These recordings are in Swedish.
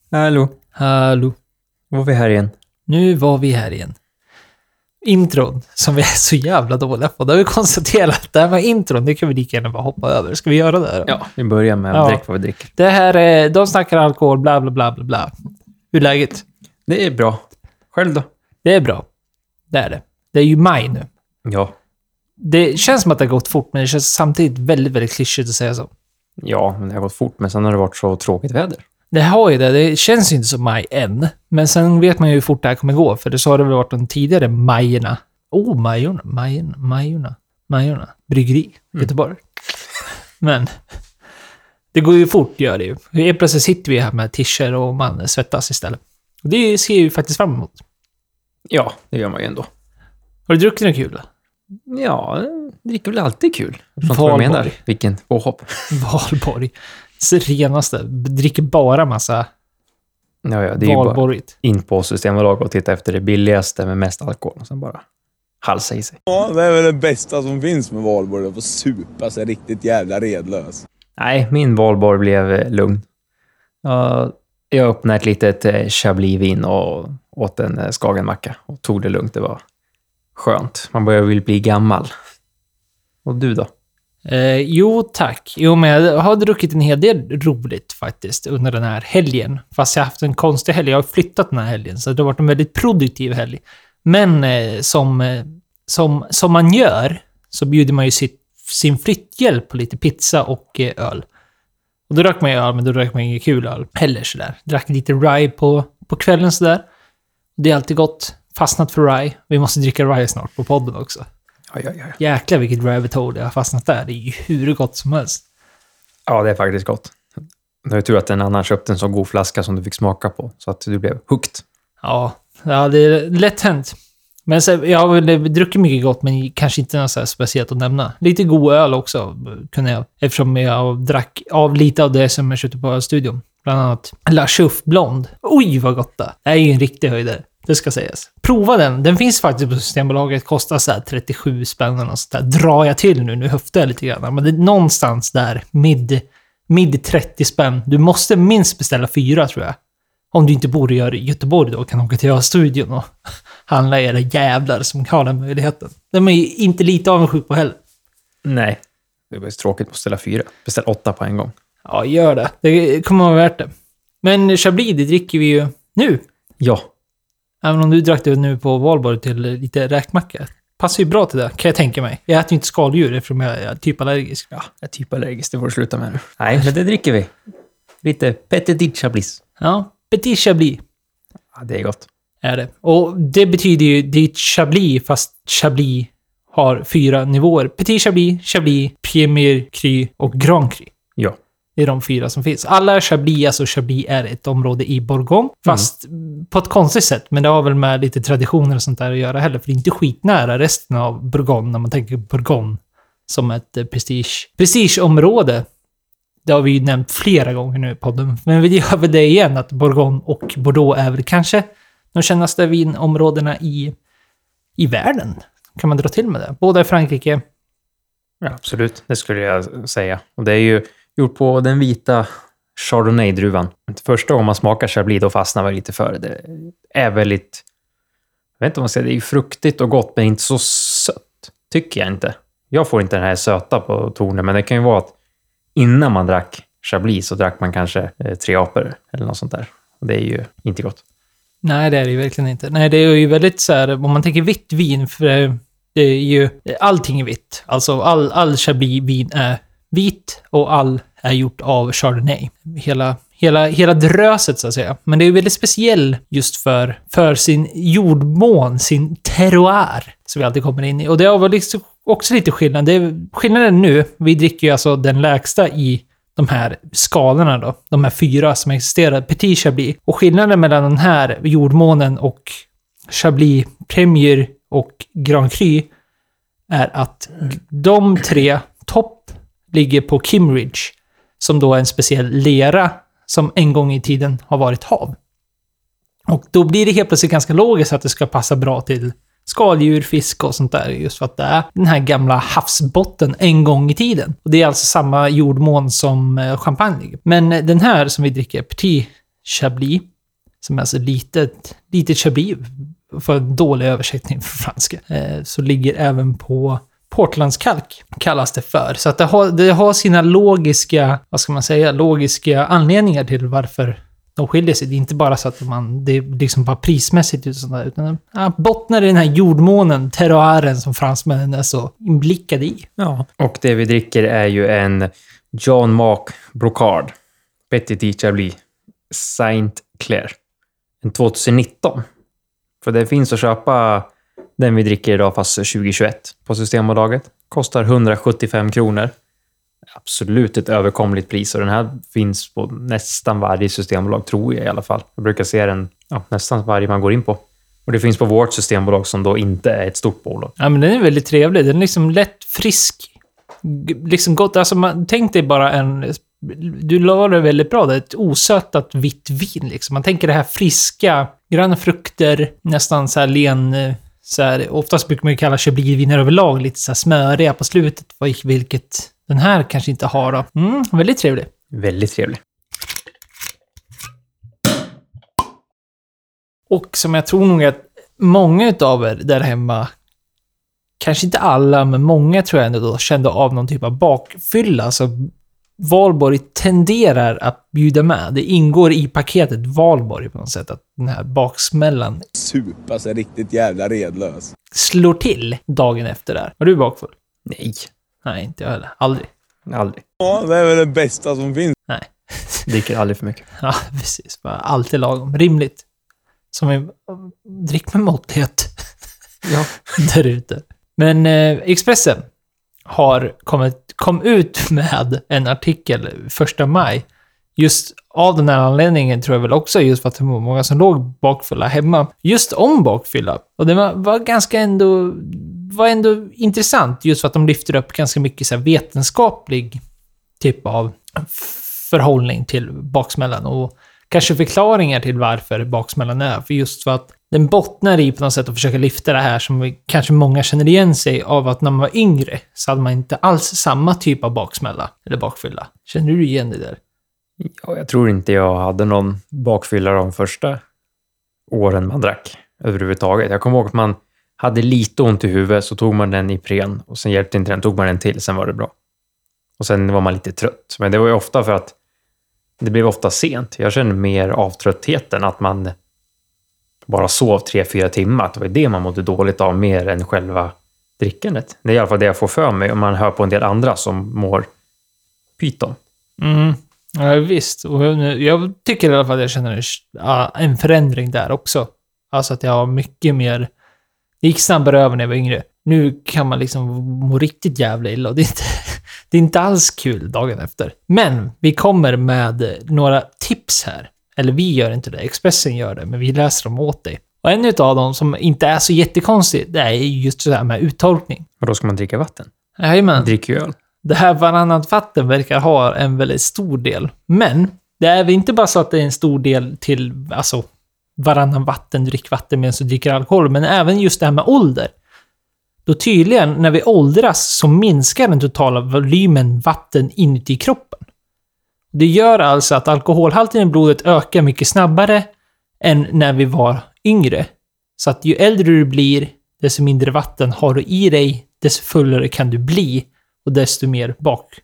Hallå. Hallå. Var vi här igen? Nu var vi här igen. Intron, som vi är så jävla dåliga på. Då har vi konstaterat att det här med intron, det kan vi lika gärna bara hoppa över. Ska vi göra det då? Ja, vi börjar med att dricka vad vi dricker. Det här är, de snackar alkohol, bla bla bla bla bla. Hur är läget? Det är bra. Själv då? Det är bra. Det är det. Det är ju maj nu. Ja. Det känns som att det har gått fort, men det känns samtidigt väldigt, väldigt klyschigt att säga så. Ja, men det har gått fort, men sen har det varit så tråkigt väder. Det har ju det. Det känns ju inte som maj än. Men sen vet man ju hur fort det här kommer gå. För det så har det väl varit de tidigare Majorna. Majorna. Bryggeri. Göteborg. Men det går ju fort, gör det ju. Helt plötsligt sitter vi här med tischer och man svettas istället. Och det ser jag ju faktiskt fram emot. Ja, det gör man ju ändå. Har du druckit något kul då? Ja, det dricker väl alltid kul. Valborg. Vilken påhopp. Valborg. Så renaste. Dricker bara massa Ja, det är ju bara Valborgigt. in på Systembolaget och titta efter det billigaste med mest alkohol och sen bara halsa i sig. Ja, det är väl det bästa som finns med Valborg. Att få supa sig riktigt jävla redlös. Nej, min Valborg blev lugn. Jag öppnade ett litet Chablis-vin och åt en skagenmacka och tog det lugnt. Det var skönt. Man börjar vilja bli gammal. Och du då? Jo, tack. Jo, men jag har druckit en hel del roligt faktiskt under den här helgen. Fast jag har haft en konstig helg. Jag har flyttat den här helgen, så det har varit en väldigt produktiv helg. Men som man gör så bjuder man ju sin flytthjälp på lite pizza och öl. Och då drack man ju öl, men då drack man inget kul öl heller sådär. Drack lite rye på kvällen sådär. Det är alltid gott. Fastnat för rye. Vi måste dricka rye snart på podden också. Ja. Jäklar vilket rabbit hole jag har fastnat där. Det är ju hur gott som helst. Ja, det är faktiskt gott. Det är tur att en annan köpte en så god flaska som du fick smaka på. Så att du blev hooked. Ja, det är lätt hänt. Men så, jag har väl druckit mycket gott, men kanske inte något så här speciellt att nämna. Lite god öl också kunde jag. Eftersom jag drack av lite av det som jag köpte på studion. Bland annat La Chouffe Blonde. Oj, vad gott det är ju en riktig höjdare. Det ska sägas. Prova den. Den finns faktiskt på Systembolaget. Kostar så här 37 spänn och sånt där. Drar jag till nu höftar jag lite grann. Men det är någonstans där. Mid 30 spänn. Du måste minst beställa 4, tror jag. Om du inte bor i Göteborg då kan du åka till studion och handla era jävlar som har den möjligheten. De är ju inte lite avundsjuk på heller. Nej. Det var tråkigt att ställa 4. Beställ 8 på en gång. Ja, gör det. Det kommer vara värt det. Men Chablis, det dricker vi ju nu. Ja. Även om du drack det nu på Valborg till lite räkmacka. Passar ju bra till det, kan jag tänka mig. Jag äter ju inte skaldjur eftersom jag är typ allergisk. Ja, jag är typ allergisk. Det får du sluta med nu. Nej, men det dricker vi. Lite Petit Chablis. Ja, Petit Chablis. Ja, det är gott. Är det. Och det betyder ju, det är ett Chablis, fast Chablis har 4 nivåer. Petit Chablis, Premier Cru och Grand Cru. Ja. Det är de 4 som finns. Alla Chablis, alltså Chablis är ett område i Bourgogne. Fast på ett konstigt sätt. Men det har väl med lite traditioner och sånt där att göra heller. För det är inte skitnära resten av Bourgogne när man tänker Bourgogne som ett prestigeområde. Det har vi ju nämnt flera gånger nu i podden. Men vi gör väl det igen, att Bourgogne och Bordeaux är väl kanske de kännaste vinområdena i världen. Kan man dra till med det? Båda i Frankrike. Ja, absolut. Det skulle jag säga. Och det är ju gjort på den vita Chardonnay-druvan. Första gången man smakar Chablis då fastnar man lite för det. Det är väldigt... Jag vet inte om man säger, det är ju fruktigt och gott men inte så sött. Tycker jag inte. Jag får inte den här söta på tonen, men det kan ju vara att innan man drack Chablis så drack man kanske 3 apor eller något sånt där. Och det är ju inte gott. Nej, det är det ju verkligen inte. Nej, det är ju väldigt så här, om man tänker vitt vin, för det är ju, allting är vitt. Alltså all Chablis-vin är vit och all är gjort av Chardonnay. Hela dröset så att säga. Men det är ju väldigt speciell just för sin jordmån, sin terroir som vi alltid kommer in i. Och det har väl liksom också lite skillnad. Skillnaden nu, vi dricker ju alltså den lägsta i de här skalorna då. De här 4 som existerar, Petit Chablis. Och skillnaden mellan den här jordmånen och Chablis Premier och Grand Cru är att de 3 topp ligger på Kimmeridge, som då är en speciell lera som en gång i tiden har varit hav. Och då blir det helt plötsligt ganska logiskt att det ska passa bra till skaldjur, fisk och sånt där, just för att det är den här gamla havsbotten en gång i tiden. Och det är alltså samma jordmån som champagne ligger. Men den här som vi dricker, Petit Chablis. Som är alltså litet Chablis, för en dålig översättning för franska. Så ligger även på Portlandskalk, kallas det för. Så att det har sina logiska, vad ska man säga, logiska anledningar till varför de skiljer sig. Det är inte bara så att det är liksom bara prismässigt ut sånt där, utan bottnar i den här jordmånen, terroiren som fransmännen är så inblickade i. Ja, och det vi dricker är ju en John Mark Brocard Petit Chablis Saint Clair. En 2019. För det finns att köpa den vi dricker idag fast 2021 på Systembolaget. Kostar 175 kronor. Absolut ett överkomligt pris, och den här finns på nästan varje systembolag, tror jag i alla fall. Jag brukar se den nästan varje man går in på. Och det finns på vårt systembolag som då inte är ett stort bolag. Ja, men den är väldigt trevlig. Den är liksom lätt frisk. Liksom gott. Alltså tänk dig bara du la det väldigt bra. Det är ett osötat vitt vin liksom. Man tänker det här friska, gröna frukter, nästan så här oftast brukar man ju kalla Chablis-viner överlag lite så här smöriga på slutet, vilket den här kanske inte har då. Väldigt trevlig. Väldigt trevlig. Och som jag tror nog att många utav er där hemma, kanske inte alla, men många tror jag ändå då kände av någon typ av bakfylla. Alltså Valborg tenderar att bjuda med. Det ingår i paketet Valborg på något sätt, att den här baksmällan Supa sig riktigt jävla redlös. slår till dagen efter där. Var du bakfull? Nej. Nej, inte jag heller. Aldrig. Aldrig. Ja, det är väl det bästa som finns. Nej. Dricker aldrig för mycket. Ja, precis. Bara alltid lagom. Rimligt. Som drick med måttlighet. Ja. Där ute. Men Expressen kom ut med en artikel 1 maj. Just av den här anledningen, tror jag väl också, just för att det var många som låg bakfulla hemma. Just om bakfylla. Och det var ganska ändå intressant, just för att de lyfter upp ganska mycket så här vetenskaplig typ av förhållning till baksmällan. Och kanske förklaringar till varför baksmällan är. För just för att den bottnar i på något sätt att försöka lyfta det här som kanske många känner igen sig av, att när man var yngre så hade man inte alls samma typ av baksmälla eller bakfylla. Känner du igen det där? Ja, jag tror inte jag hade någon bakfylla de första åren man drack överhuvudtaget. Jag kommer ihåg att man hade lite ont i huvudet, så tog man den Ipren och sen hjälpte inte den, tog man den till, sen var det bra. Och sen var man lite trött. Men det var ju ofta för att det blev ofta sent. Jag känner mer av tröttheten, att man bara sov 3-4 timmar. Att det var det man mådde dåligt av mer än själva drickandet. Det är i alla fall det jag får för mig om man hör på en del andra som mår pyton. Ja, visst. Och jag tycker i alla fall att jag känner en förändring där också. Alltså att jag har mycket mer... Det gick snabbare över när jag var yngre. Nu kan man liksom må riktigt jävla illa, och det är inte alls kul dagen efter. Men vi kommer med några tips här. Eller vi gör inte det, Expressen gör det, men vi läser dem åt dig. Och en av dem som inte är så jättekonstigt, det är just så här med uttolkning. Och då ska man dricka vatten. Jajamän. Drick ju öl. Det här varannat vatten verkar ha en väldigt stor del. Men det är väl inte bara så att det är en stor del till, alltså, varannan vatten, drick vatten medan du dricker alkohol, men även just det här med ålder. Då tydligen, när vi åldras så minskar den totala volymen vatten inuti kroppen. Det gör alltså att alkoholhalten i blodet ökar mycket snabbare än när vi var yngre. Så att ju äldre du blir, desto mindre vatten har du i dig, desto fullare kan du bli, och desto mer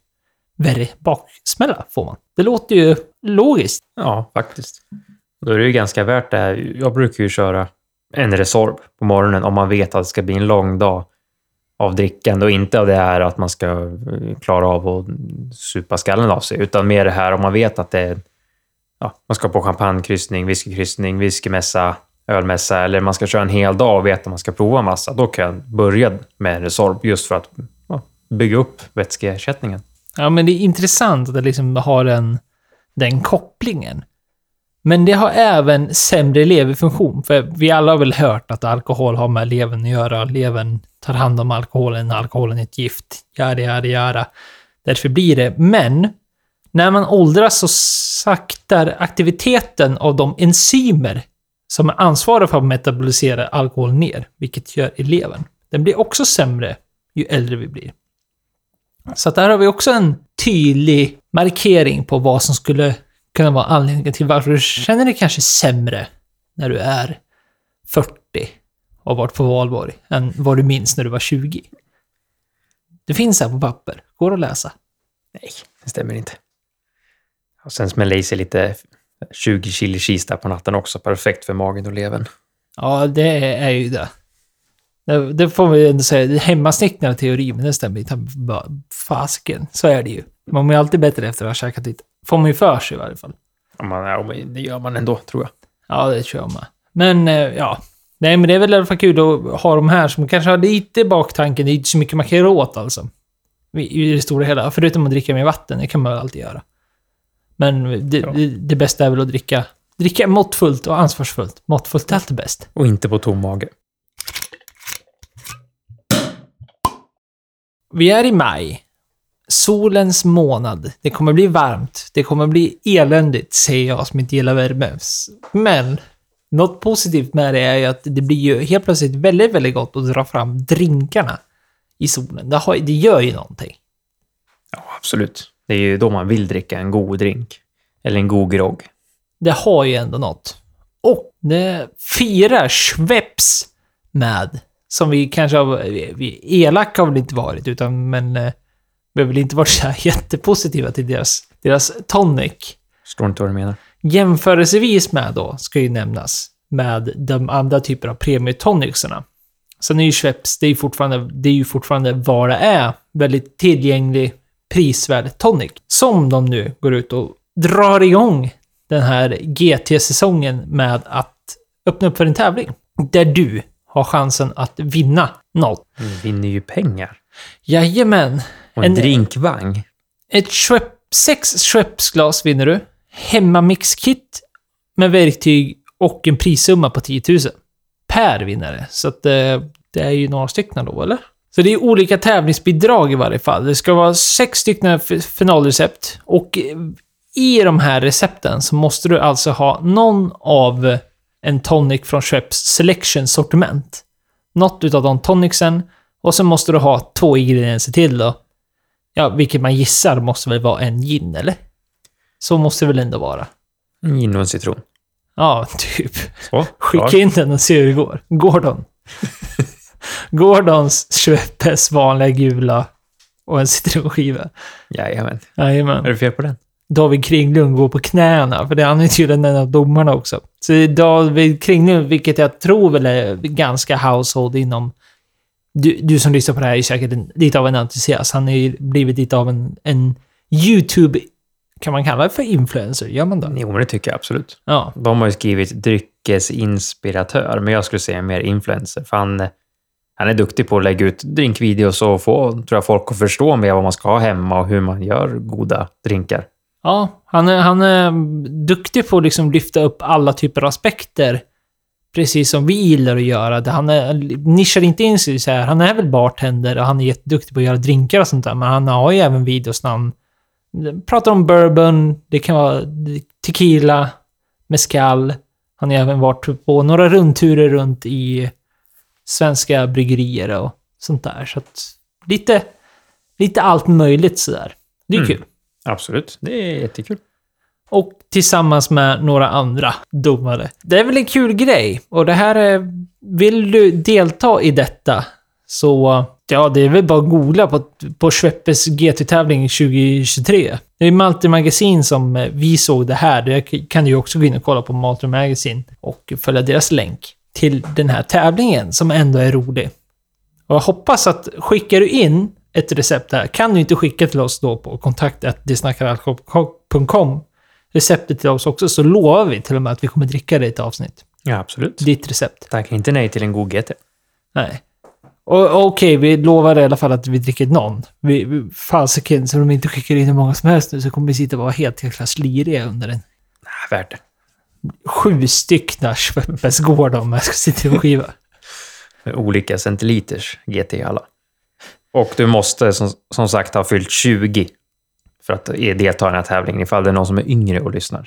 baksmälla får man. Det låter ju logiskt. Ja, faktiskt. Då är det ju ganska värt det här. Jag brukar ju köra en Resorb på morgonen om man vet att det ska bli en lång dag av drickande, och inte av det här att man ska klara av att supa skallen av sig, utan mer det här om man vet att det är, man ska på champagnekryssning, whiskykryssning, whiskymässa, ölmässa, eller man ska köra en hel dag och veta att man ska prova massa. Då kan jag börja med en Resorb just för att bygga upp vätskeersättningen. Ja, men det är intressant att det liksom har den kopplingen. Men det har även sämre leverfunktion. För vi alla har väl hört att alkohol har med levern att göra. Levern tar hand om alkoholen. Alkoholen är ett gift. Jada. Därför blir det. Men när man åldras så saktar aktiviteten av de enzymer som är ansvariga för att metabolisera alkohol ner. Vilket gör i levern. Den blir också sämre ju äldre vi blir. Så där har vi också en tydlig markering på vad som skulle kunna vara anledningen till varför du känner dig kanske sämre när du är 40 och varit på valborg än vad du minns när du var 20. Det finns här på papper. Går att läsa. Nej, det stämmer inte. Och sen smäller i sig lite 20 chili cheese där på natten också. Perfekt för magen och levern. Ja, det är ju det. Det får vi ändå säga. Det är hemmasnicknad teori, men det stämmer inte. Fasken. Så är det ju. Man mår ju alltid bättre efter att ha käkat lite. Får man ju för sig i varje fall. Ja, det gör man ändå, tror jag. Ja, det tror jag med. Men, ja. Nej, men det är väl i alla fall kul att ha de här som kanske har lite baktanken. Det är inte så mycket man kan göra åt, alltså. I det stora hela. Förutom att dricka mer vatten, det kan man väl alltid göra. Men det bästa är väl att dricka måttfullt och ansvarsfullt. Måttfullt är alltid bäst. Och inte på tom mage. Vi är i maj. Solens månad. Det kommer bli varmt. Det kommer bli eländigt, säger jag som inte gillar värme. Men något positivt med det är ju att det blir ju helt plötsligt väldigt, väldigt gott att dra fram drinkarna i solen. Det gör ju någonting. Ja, absolut. Det är ju då man vill dricka en god drink. Eller en god grogg. Det har ju ändå något. Och det firar Schweppes med, som vi kanske elaka har väl inte varit, men vi har väl inte varit så här jättepositiva till deras tonic. Förstår inte vad du menar. Jämförelsevis med då, ska ju nämnas, med de andra typer av premietonicsarna. Sen är ju Schweppes, det är ju fortfarande vad det är. Väldigt tillgänglig, prisvärd tonic. Som de nu går ut och drar igång den här GT-säsongen med att öppna upp för en tävling. Där du har chansen att vinna något. Du vinner ju pengar. Jajamän. Och en drinkvagn. Ett 6 Schweppes-glas vinner du. Hemmamix-kit med verktyg och en prissumma på 10 000 per vinnare. Så att det är ju några stycken då, eller? Så det är olika tävlingsbidrag i varje fall. Det ska vara 6 stycken finalrecept. Och i de här recepten så måste du alltså ha någon av en tonic från Schweppes selection-sortiment. Något utav de tonicsen. Och så måste du ha 2 ingredienser till då. Ja, vilket man gissar måste väl vara en gin, eller? Så måste det väl ändå vara. En gin och en citron. Ja, typ. Så, skicka in den och se hur det går. Gordons Schweppes vanliga gula och en citronskiva. Jajamän. Jajamän. Är det fel på den? David Kringlund går på knäna, för det är han är tydligen en av domarna också. Så David Kringlund, vilket jag tror väl är ganska household inom... Du som lyssnar på det här är säkert lite av en entusiast. Han är ju blivit lite av en YouTube... Kan man kalla det för influencer? Gör man det? Jo, men det tycker jag absolut. Ja. De har ju skrivit dryckesinspiratör, men jag skulle säga mer influencer. För han är duktig på att lägga ut drinkvideos och få, tror jag, folk att förstå mer vad man ska ha hemma och hur man gör goda drinkar. Ja, han är duktig på att liksom lyfta upp alla typer av aspekter. Precis som vi gillar att göra. Han nischar inte in sig så här. Han är väl bartender och han är jätteduktig på att göra drinkar och sånt där. Men han har ju även videos när han pratar om bourbon. Det kan vara tequila, mezcal. Han har även varit på några rundturer runt i svenska bryggerier och sånt där. Så att lite allt möjligt sådär. Det är kul. Absolut, det är jättekul. Och tillsammans med några andra domare. Det är väl en kul grej. Och det här är... Vill du delta i detta så... Ja, det är väl bara att googla på Schweppes GT-tävling 2023. Det är Malter Magazine som vi såg det här. Det kan du ju också gå in och kolla på Malter Magazine och följa deras länk till den här tävlingen som ändå är rolig. Och jag hoppas att skickar du in ett recept här, kan du inte skicka till oss då på kontakt@desnackaralkohol.com receptet till oss också, så lovar vi till och med att vi kommer dricka det i ett avsnitt. Ja, absolut. Ditt recept. Tack inte nej till en god GT. Nej. Okej, vi lovar i alla fall att vi dricker någon. Fasiken, så de inte skickar in hur många som helst nu så kommer vi sitta och vara helt jäkla sliriga under den. Nej, värt det. 7 stycken Schweppes Gordon med citronskiva. Olika centiliters GT alla. Och du måste som sagt ha fyllt 20 för att delta i den här tävlingen ifall det är någon som är yngre och lyssnar.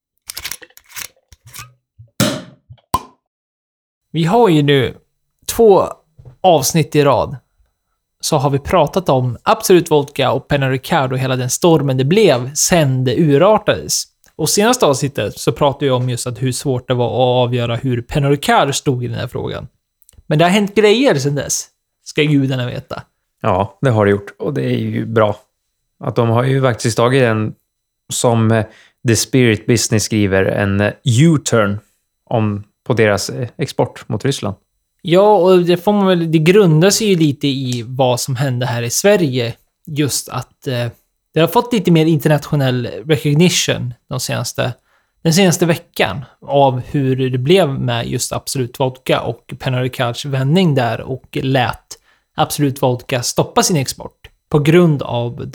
Vi har ju nu 2 avsnitt i rad så har vi pratat om Absolut Vodka och Pernod Ricard och hela den stormen det blev sen det urartades. Och senaste avsnittet så pratade jag om just att hur svårt det var att avgöra hur Pernod Ricard stod i den här frågan. Men det har hänt grejer sedan dess, ska gudarna veta. Ja, det har det gjort. Och det är ju bra. Att de har ju faktiskt tagit en, som The Spirit Business skriver, en U-turn på deras export mot Ryssland. Ja, och det grundar sig ju lite i vad som hände här i Sverige. Just att det har fått lite mer internationell recognition den senaste veckan av hur det blev med just Absolut Vodka och Pernod Ricards vändning där och lät Absolut Vodka stoppa sin export på grund av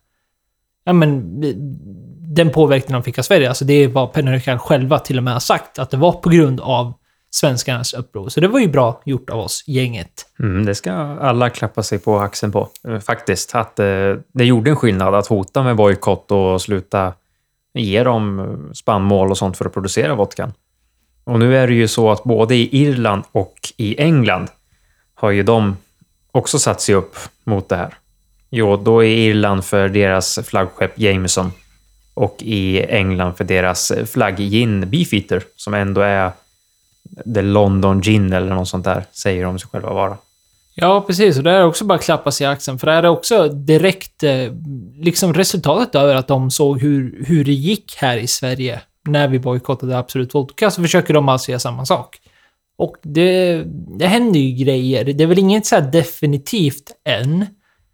den påverkan de fick av Sverige. Alltså det är vad Pernod Ricard själva till och med har sagt, att det var på grund av svenskarnas uppror. Så det var ju bra gjort av oss, gänget. Det ska alla klappa sig på axeln på. Faktiskt, att det gjorde en skillnad att hota med bojkott och sluta ge dem spannmål och sånt för att producera vodkan. Och nu är det ju så att både i Irland och i England har ju de också satt sig upp mot det här. Jo, då i Irland för deras flaggskepp Jameson och i England för deras flagggin Beefeater, som ändå är The London Gin eller något sånt där, säger de sig själva vara. Ja, precis. Och det är också bara klappa sig i axeln. För det är också direkt liksom resultatet över att de såg hur det gick här i Sverige när vi bojkottade Absolut Vodka, så försöker de alltså göra samma sak. Och det händer ju grejer. Det är väl inget så här definitivt än.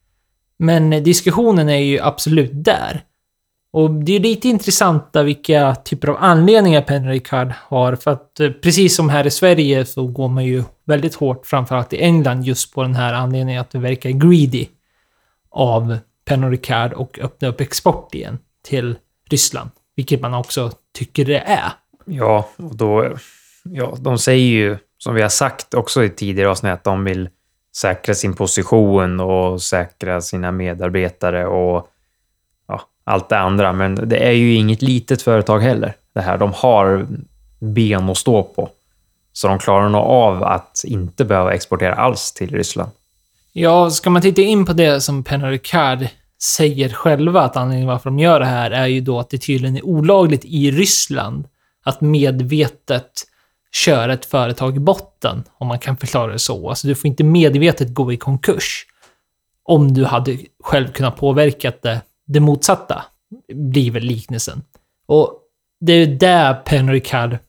Men diskussionen är ju absolut där. Och det är lite intressant vilka typer av anledningar Pernod Ricard har. För att precis som här i Sverige så går man ju väldigt hårt, framförallt i England, just på den här anledningen att det verkar greedy av Pernod Ricard och öppna upp export igen till Ryssland. Vilket man också tycker det är. Ja, och då... Ja, de säger ju, som vi har sagt också i tidigare avsnitt, att de vill säkra sin position och säkra sina medarbetare och allt det andra. Men det är ju inget litet företag heller. Det här, de har ben att stå på. Så de klarar nog av att inte behöva exportera alls till Ryssland. Ja, ska man titta in på det som Pernod Ricard säger själva, att anledningen varför de gör det här är ju då att det tydligen är olagligt i Ryssland att medvetet köra ett företag i botten, om man kan förklara det så. Alltså du får inte medvetet gå i konkurs om du hade själv kunnat påverka det motsatta, blir väl liknelsen. Och det är där Pernod Ricard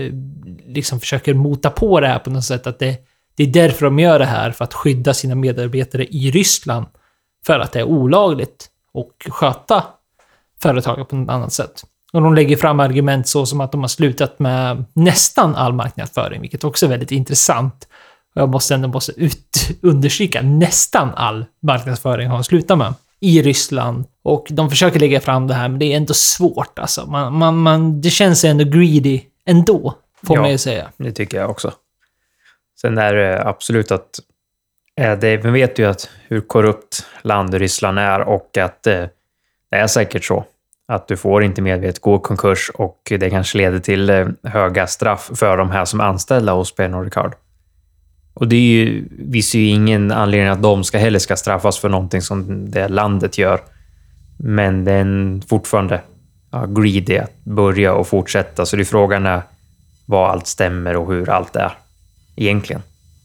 liksom försöker mota på det här på något sätt, att det är därför de gör det här, för att skydda sina medarbetare i Ryssland, för att det är olagligt och sköta företaget på något annat sätt. Och de lägger fram argument så som att de har slutat med nästan all marknadsföring, vilket också är väldigt intressant. Och jag måste understryka, nästan all marknadsföring har de slutat med i Ryssland. Och de försöker lägga fram det här, men det är ändå svårt. Alltså. Det känns ändå greedy ändå, får man ju säga. Det tycker jag också. Sen är det absolut att vi vet ju att hur korrupt land Ryssland är, och att det är säkert så att du får inte medvetet gå konkurs, och det kanske leder till höga straff för de här som är anställda hos Pernod Ricard. Och det är ju, vi ser ju ingen anledning att de ska straffas för någonting som det landet gör. Men den fortfarande greedy att börja och fortsätta. Så det är frågan är vad allt stämmer och hur allt är egentligen.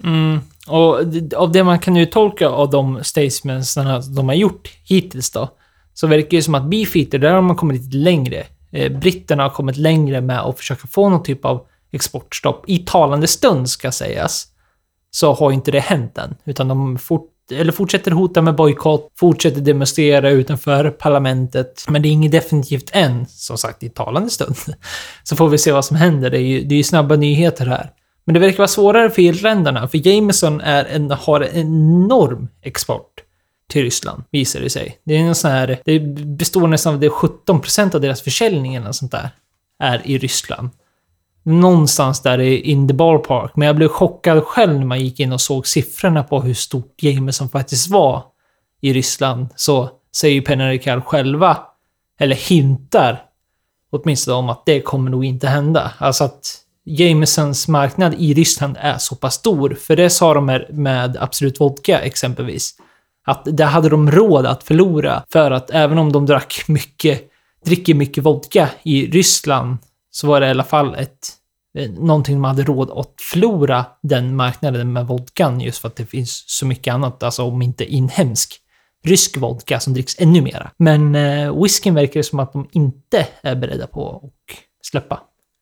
Och av det man kan uttolka av de statements de har gjort hittills då, så verkar det som att Beefeater, där har man kommit lite längre. Britterna har kommit längre med att försöka få någon typ av exportstopp. I talande stund, ska sägas, så har inte det hänt än. Utan de fortsätter hota med bojkott, fortsätter demonstrera utanför parlamentet. Men det är inget definitivt än, som sagt, i talande stund. Så får vi se vad som händer. Det är ju snabba nyheter här. Men det verkar vara svårare för irländarna, för Jameson har en enorm export till Ryssland, visar det sig. Det är en sån här, det består nästan av 17% av deras försäljning eller sånt där är i Ryssland. Någonstans där in the ballpark. Men jag blev chockad själv när man gick in och såg siffrorna på hur stort Jameson faktiskt var i Ryssland. Så säger ju Pernod Ricard själva, eller hintar åtminstone om att det kommer nog inte hända. Alltså att Jamesons marknad i Ryssland är så pass stor. För det sa de med Absolut Vodka exempelvis. Att där hade de råd att förlora, för att även om de drack mycket dricker mycket vodka i Ryssland så var det i alla fall någonting man hade råd att förlora den marknaden med vodkan just för att det finns så mycket annat, alltså om inte inhemsk rysk vodka som dricks ännu mera. Men whiskyn verkar det som att de inte är beredda på att släppa.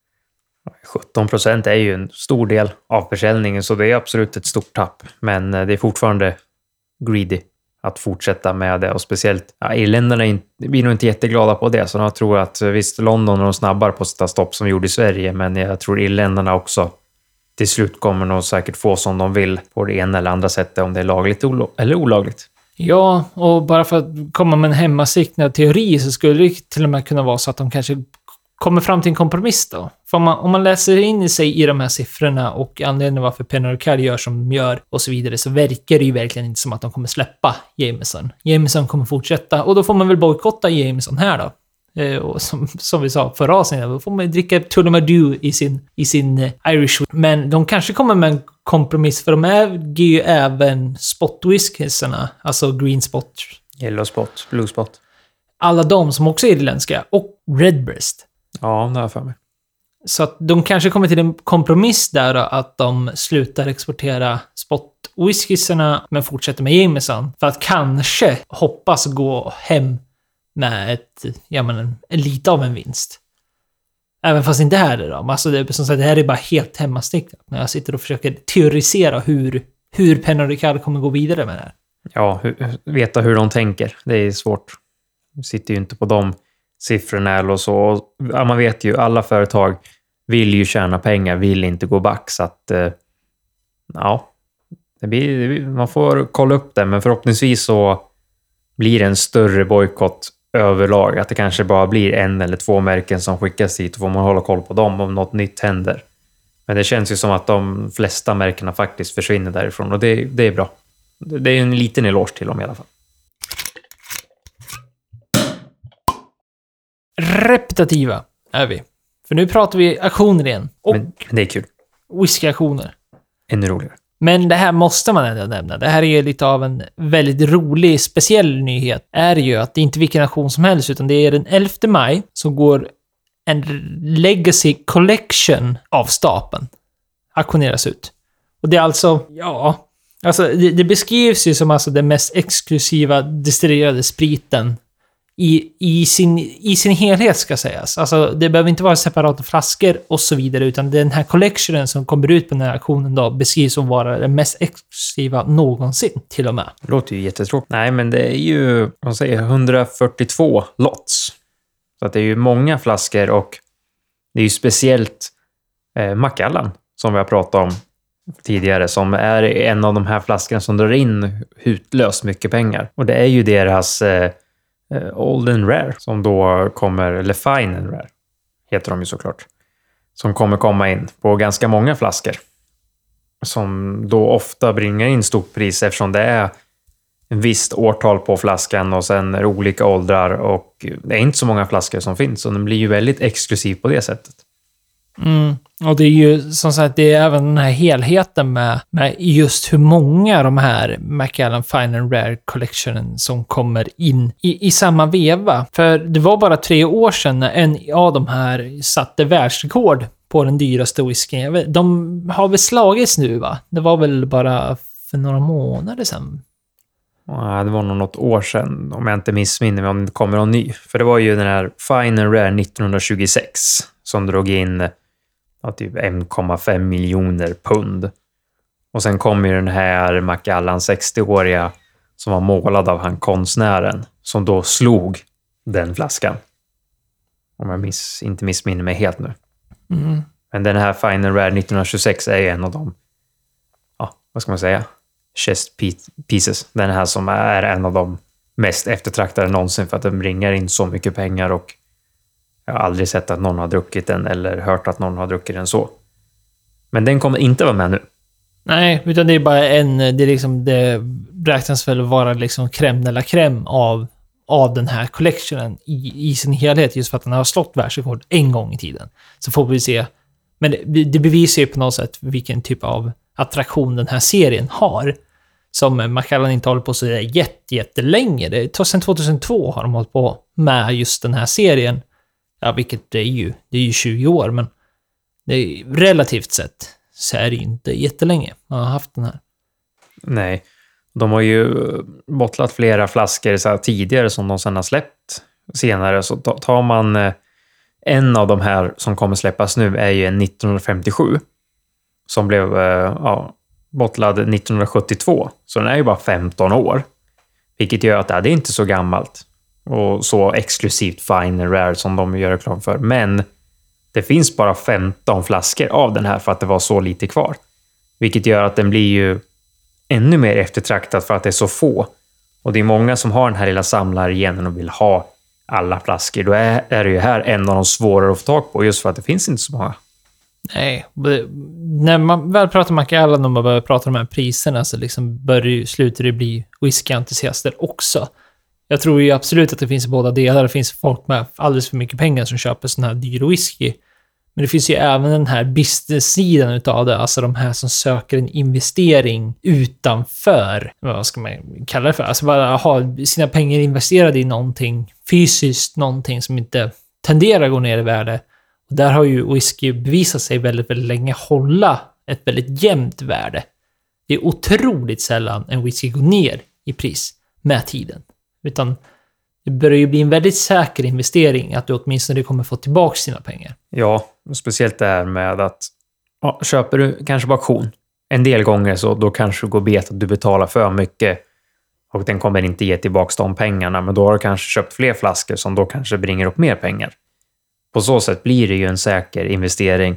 17% är ju en stor del av försäljningen, så det är absolut ett stort tapp. Men det är fortfarande greedy att fortsätta med det. Och speciellt, irländarna blir nog inte jätteglada på det. Så jag tror att visst, London är de snabbare på att sätta stopp som vi gjorde i Sverige. Men jag tror irländarna också till slut kommer nog säkert få som de vill på det ena eller andra sättet, om det är lagligt eller olagligt. Ja, och bara för att komma med en hemmasiktad teori så skulle det till och med kunna vara så att de kanske kommer fram till en kompromiss då. För om man läser in i sig i de här siffrorna och anledningen varför Pernod Ricard gör som de gör och så vidare, så verkar det ju verkligen inte som att de kommer släppa Jameson. Jameson kommer fortsätta, och då får man väl bojkotta Jameson här då. Och som vi sa förra avsnittet, då får man dricka Tullamadu i sin Irish. Men de kanske kommer med en kompromiss, för de äger ju även spot-whiskysarna, alltså green spot, Yellow spot, blue spot. alla de som också är irländska, och Redbreast. Ja, det har jag för mig. Så att de kanske kommer till en kompromiss där då, att de slutar exportera spot-whiskysarna men fortsätter med Jameson, för att kanske hoppas gå hem med lite av en vinst. Även fast inte här då. Alltså som sagt, det här är bara helt hemmastickat när jag sitter och försöker teorisera hur Pernod Ricard kommer gå vidare med det här. Ja, veta hur de tänker. Det är svårt. Vi sitter ju inte på de siffrorna eller så. Ja, man vet ju, alla företag vill ju tjäna pengar, vill inte gå back. Så att, ja, man får kolla upp det. Men förhoppningsvis så blir det en större bojkott överlag. Att det kanske bara blir 1 eller 2 märken som skickas dit, och får man hålla koll på dem om något nytt händer. Men det känns ju som att de flesta märkena faktiskt försvinner därifrån, och det är bra. Det är en liten eloge till dem i alla fall. Repetitiva är vi. För nu pratar vi aktioner igen. Och men det är kul. whiskyaktioner. Ännu roligare. Men det här måste man ändå nämna. Det här är lite av en väldigt rolig, speciell nyhet. Är ju att det inte är vilken aktion som helst, utan det är den 11 maj som går en Legacy Collection av stapeln. Auktioneras ut. Och det är alltså, det beskrivs ju som alltså den mest exklusiva destillerade spriten i sin helhet, ska sägas. Alltså det behöver inte vara separata flaskor och så vidare, utan den här collectionen som kommer ut på den här aktionen då beskrivs som vara den mest exklusiva någonsin till och med. Det låter ju jättetråkigt. Nej, men det är ju 142 lots. Så att det är ju många flaskor, och det är ju speciellt Macallan som vi har pratat om tidigare, som är en av de här flaskorna som drar in hutlöst mycket pengar. Och det är ju deras Old and Rare som då kommer, eller Fine and Rare heter de ju såklart, som kommer komma in på ganska många flaskor, som då ofta bringar in stort pris eftersom det är en visst årtal på flaskan och sen är olika åldrar, och det är inte så många flaskor som finns, så den blir ju väldigt exklusiv på det sättet. Och det är ju som sagt, det är även den här helheten med just hur många de här Macallan Fine and Rare Collectionen som kommer in i samma veva. För det var bara 3 år sedan när en av de här satte världsrekord på den dyraste whiskyn. De har väl slagits nu, va? Det var väl bara för några månader sedan. Ja, det var nog något år sedan, om jag inte missminner mig, om det kommer någon ny. För det var ju den här Fine and Rare 1926 som drog in typ 1,5 miljoner pund. Och sen kom ju den här Macallan 60-åriga som var målad av han konstnären, som då slog den flaskan. Om jag inte missminner mig helt nu. Men den här Fine and Rare 1926 är en av de, vad ska man säga, chest pieces. Den här som är en av de mest eftertraktade någonsin, för att den bringar in så mycket pengar, och jag har aldrig sett att någon har druckit den eller hört att någon har druckit den så. Men den kommer inte vara med nu. Nej, utan det är bara det räknas väl vara liksom crème de la crème av den här collectionen i sin helhet, just för att den har slått världsrekord en gång i tiden. Så får vi se. Men det bevisar ju på något sätt vilken typ av attraktion den här serien har. som Macallan inte håller på så jättelänge. Sedan 2002 har de hållit på med just den här serien. Ja, vilket det är ju 20 år, men det är relativt sett så är det inte jättelänge man har haft den här. Nej, de har ju bottlat flera flaskor så här tidigare som de sedan har släppt senare. Så tar man en av de här som kommer släppas nu är ju en 1957 som blev bottlad 1972. Så den är ju bara 15 år. Vilket gör att det är inte så gammalt och så exklusivt fine and rare som de gör reklam för. Men det finns bara 15 flaskor av den här för att det var så lite kvar. Vilket gör att den blir ju ännu mer eftertraktad för att det är så få. Och det är många som har den här lilla samlargenen och vill ha alla flaskor. Då är det ju här en av de svårare att få tag på just för att det finns inte så många. Nej, när man väl pratar Macallan och man börjar prata om de här priserna så liksom slutar det bli whisky-entusiaster också. Jag tror ju absolut att det finns båda delar. Det finns folk med alldeles för mycket pengar som köper sån här dyr whisky. Men det finns ju även den här business-sidan utav det. Alltså de här som söker en investering utanför, vad ska man kalla det för? Alltså bara ha sina pengar investerade i någonting fysiskt, någonting som inte tenderar att gå ner i värde. Och där har ju whisky bevisat sig väldigt, väldigt länge hålla ett väldigt jämnt värde. Det är otroligt sällan en whisky går ner i pris med tiden. Utan det börjar ju bli en väldigt säker investering att du åtminstone kommer få tillbaka sina pengar. Ja, speciellt det här med att köper du kanske på auktion en del gånger så då kanske du går bet att du betalar för mycket och den kommer inte ge tillbaka de pengarna, men då har du kanske köpt fler flaskor som då kanske bringar upp mer pengar. På så sätt blir det ju en säker investering,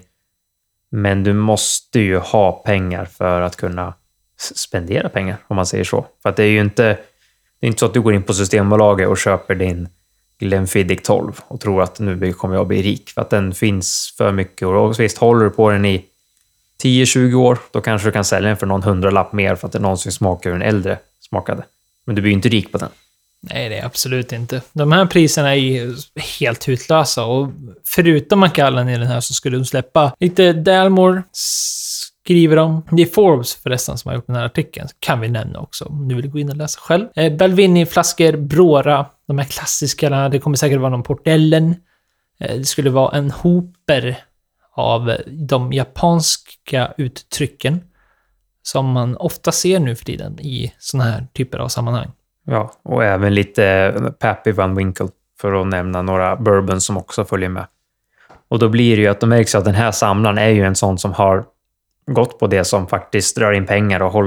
men du måste ju ha pengar för att kunna spendera pengar, om man säger så. För att det är ju inte så att du går in på Systembolaget och köper din Glenfiddich 12 och tror att nu kommer jag bli rik. För att den finns för mycket. Och visst, håller du på den i 10-20 år, då kanske du kan sälja den för någon 100-lapp mer för att det någonsin smakar hur en äldre smakade. Men du blir ju inte rik på den. Nej, det är absolut inte. De här priserna är ju helt hutlösa och förutom Macallan i den här så skulle de släppa lite Dalmore, skriver de. Det är Forbes förresten som har gjort den här artikeln. Kan vi nämna också om du vill gå in och läsa själv. Balvenie-flaskor, Brora, de här klassiska. Det kommer säkert vara någon Portellen. Det skulle vara en hoper av de japanska uttrycken som man ofta ser nu för tiden i såna här typer av sammanhang. Ja, och även lite Pappy Van Winkle för att nämna några bourbon som också följer med. Och då blir det ju att de märks att den här samlaren är ju en sån som har gått på det som faktiskt drar in pengar och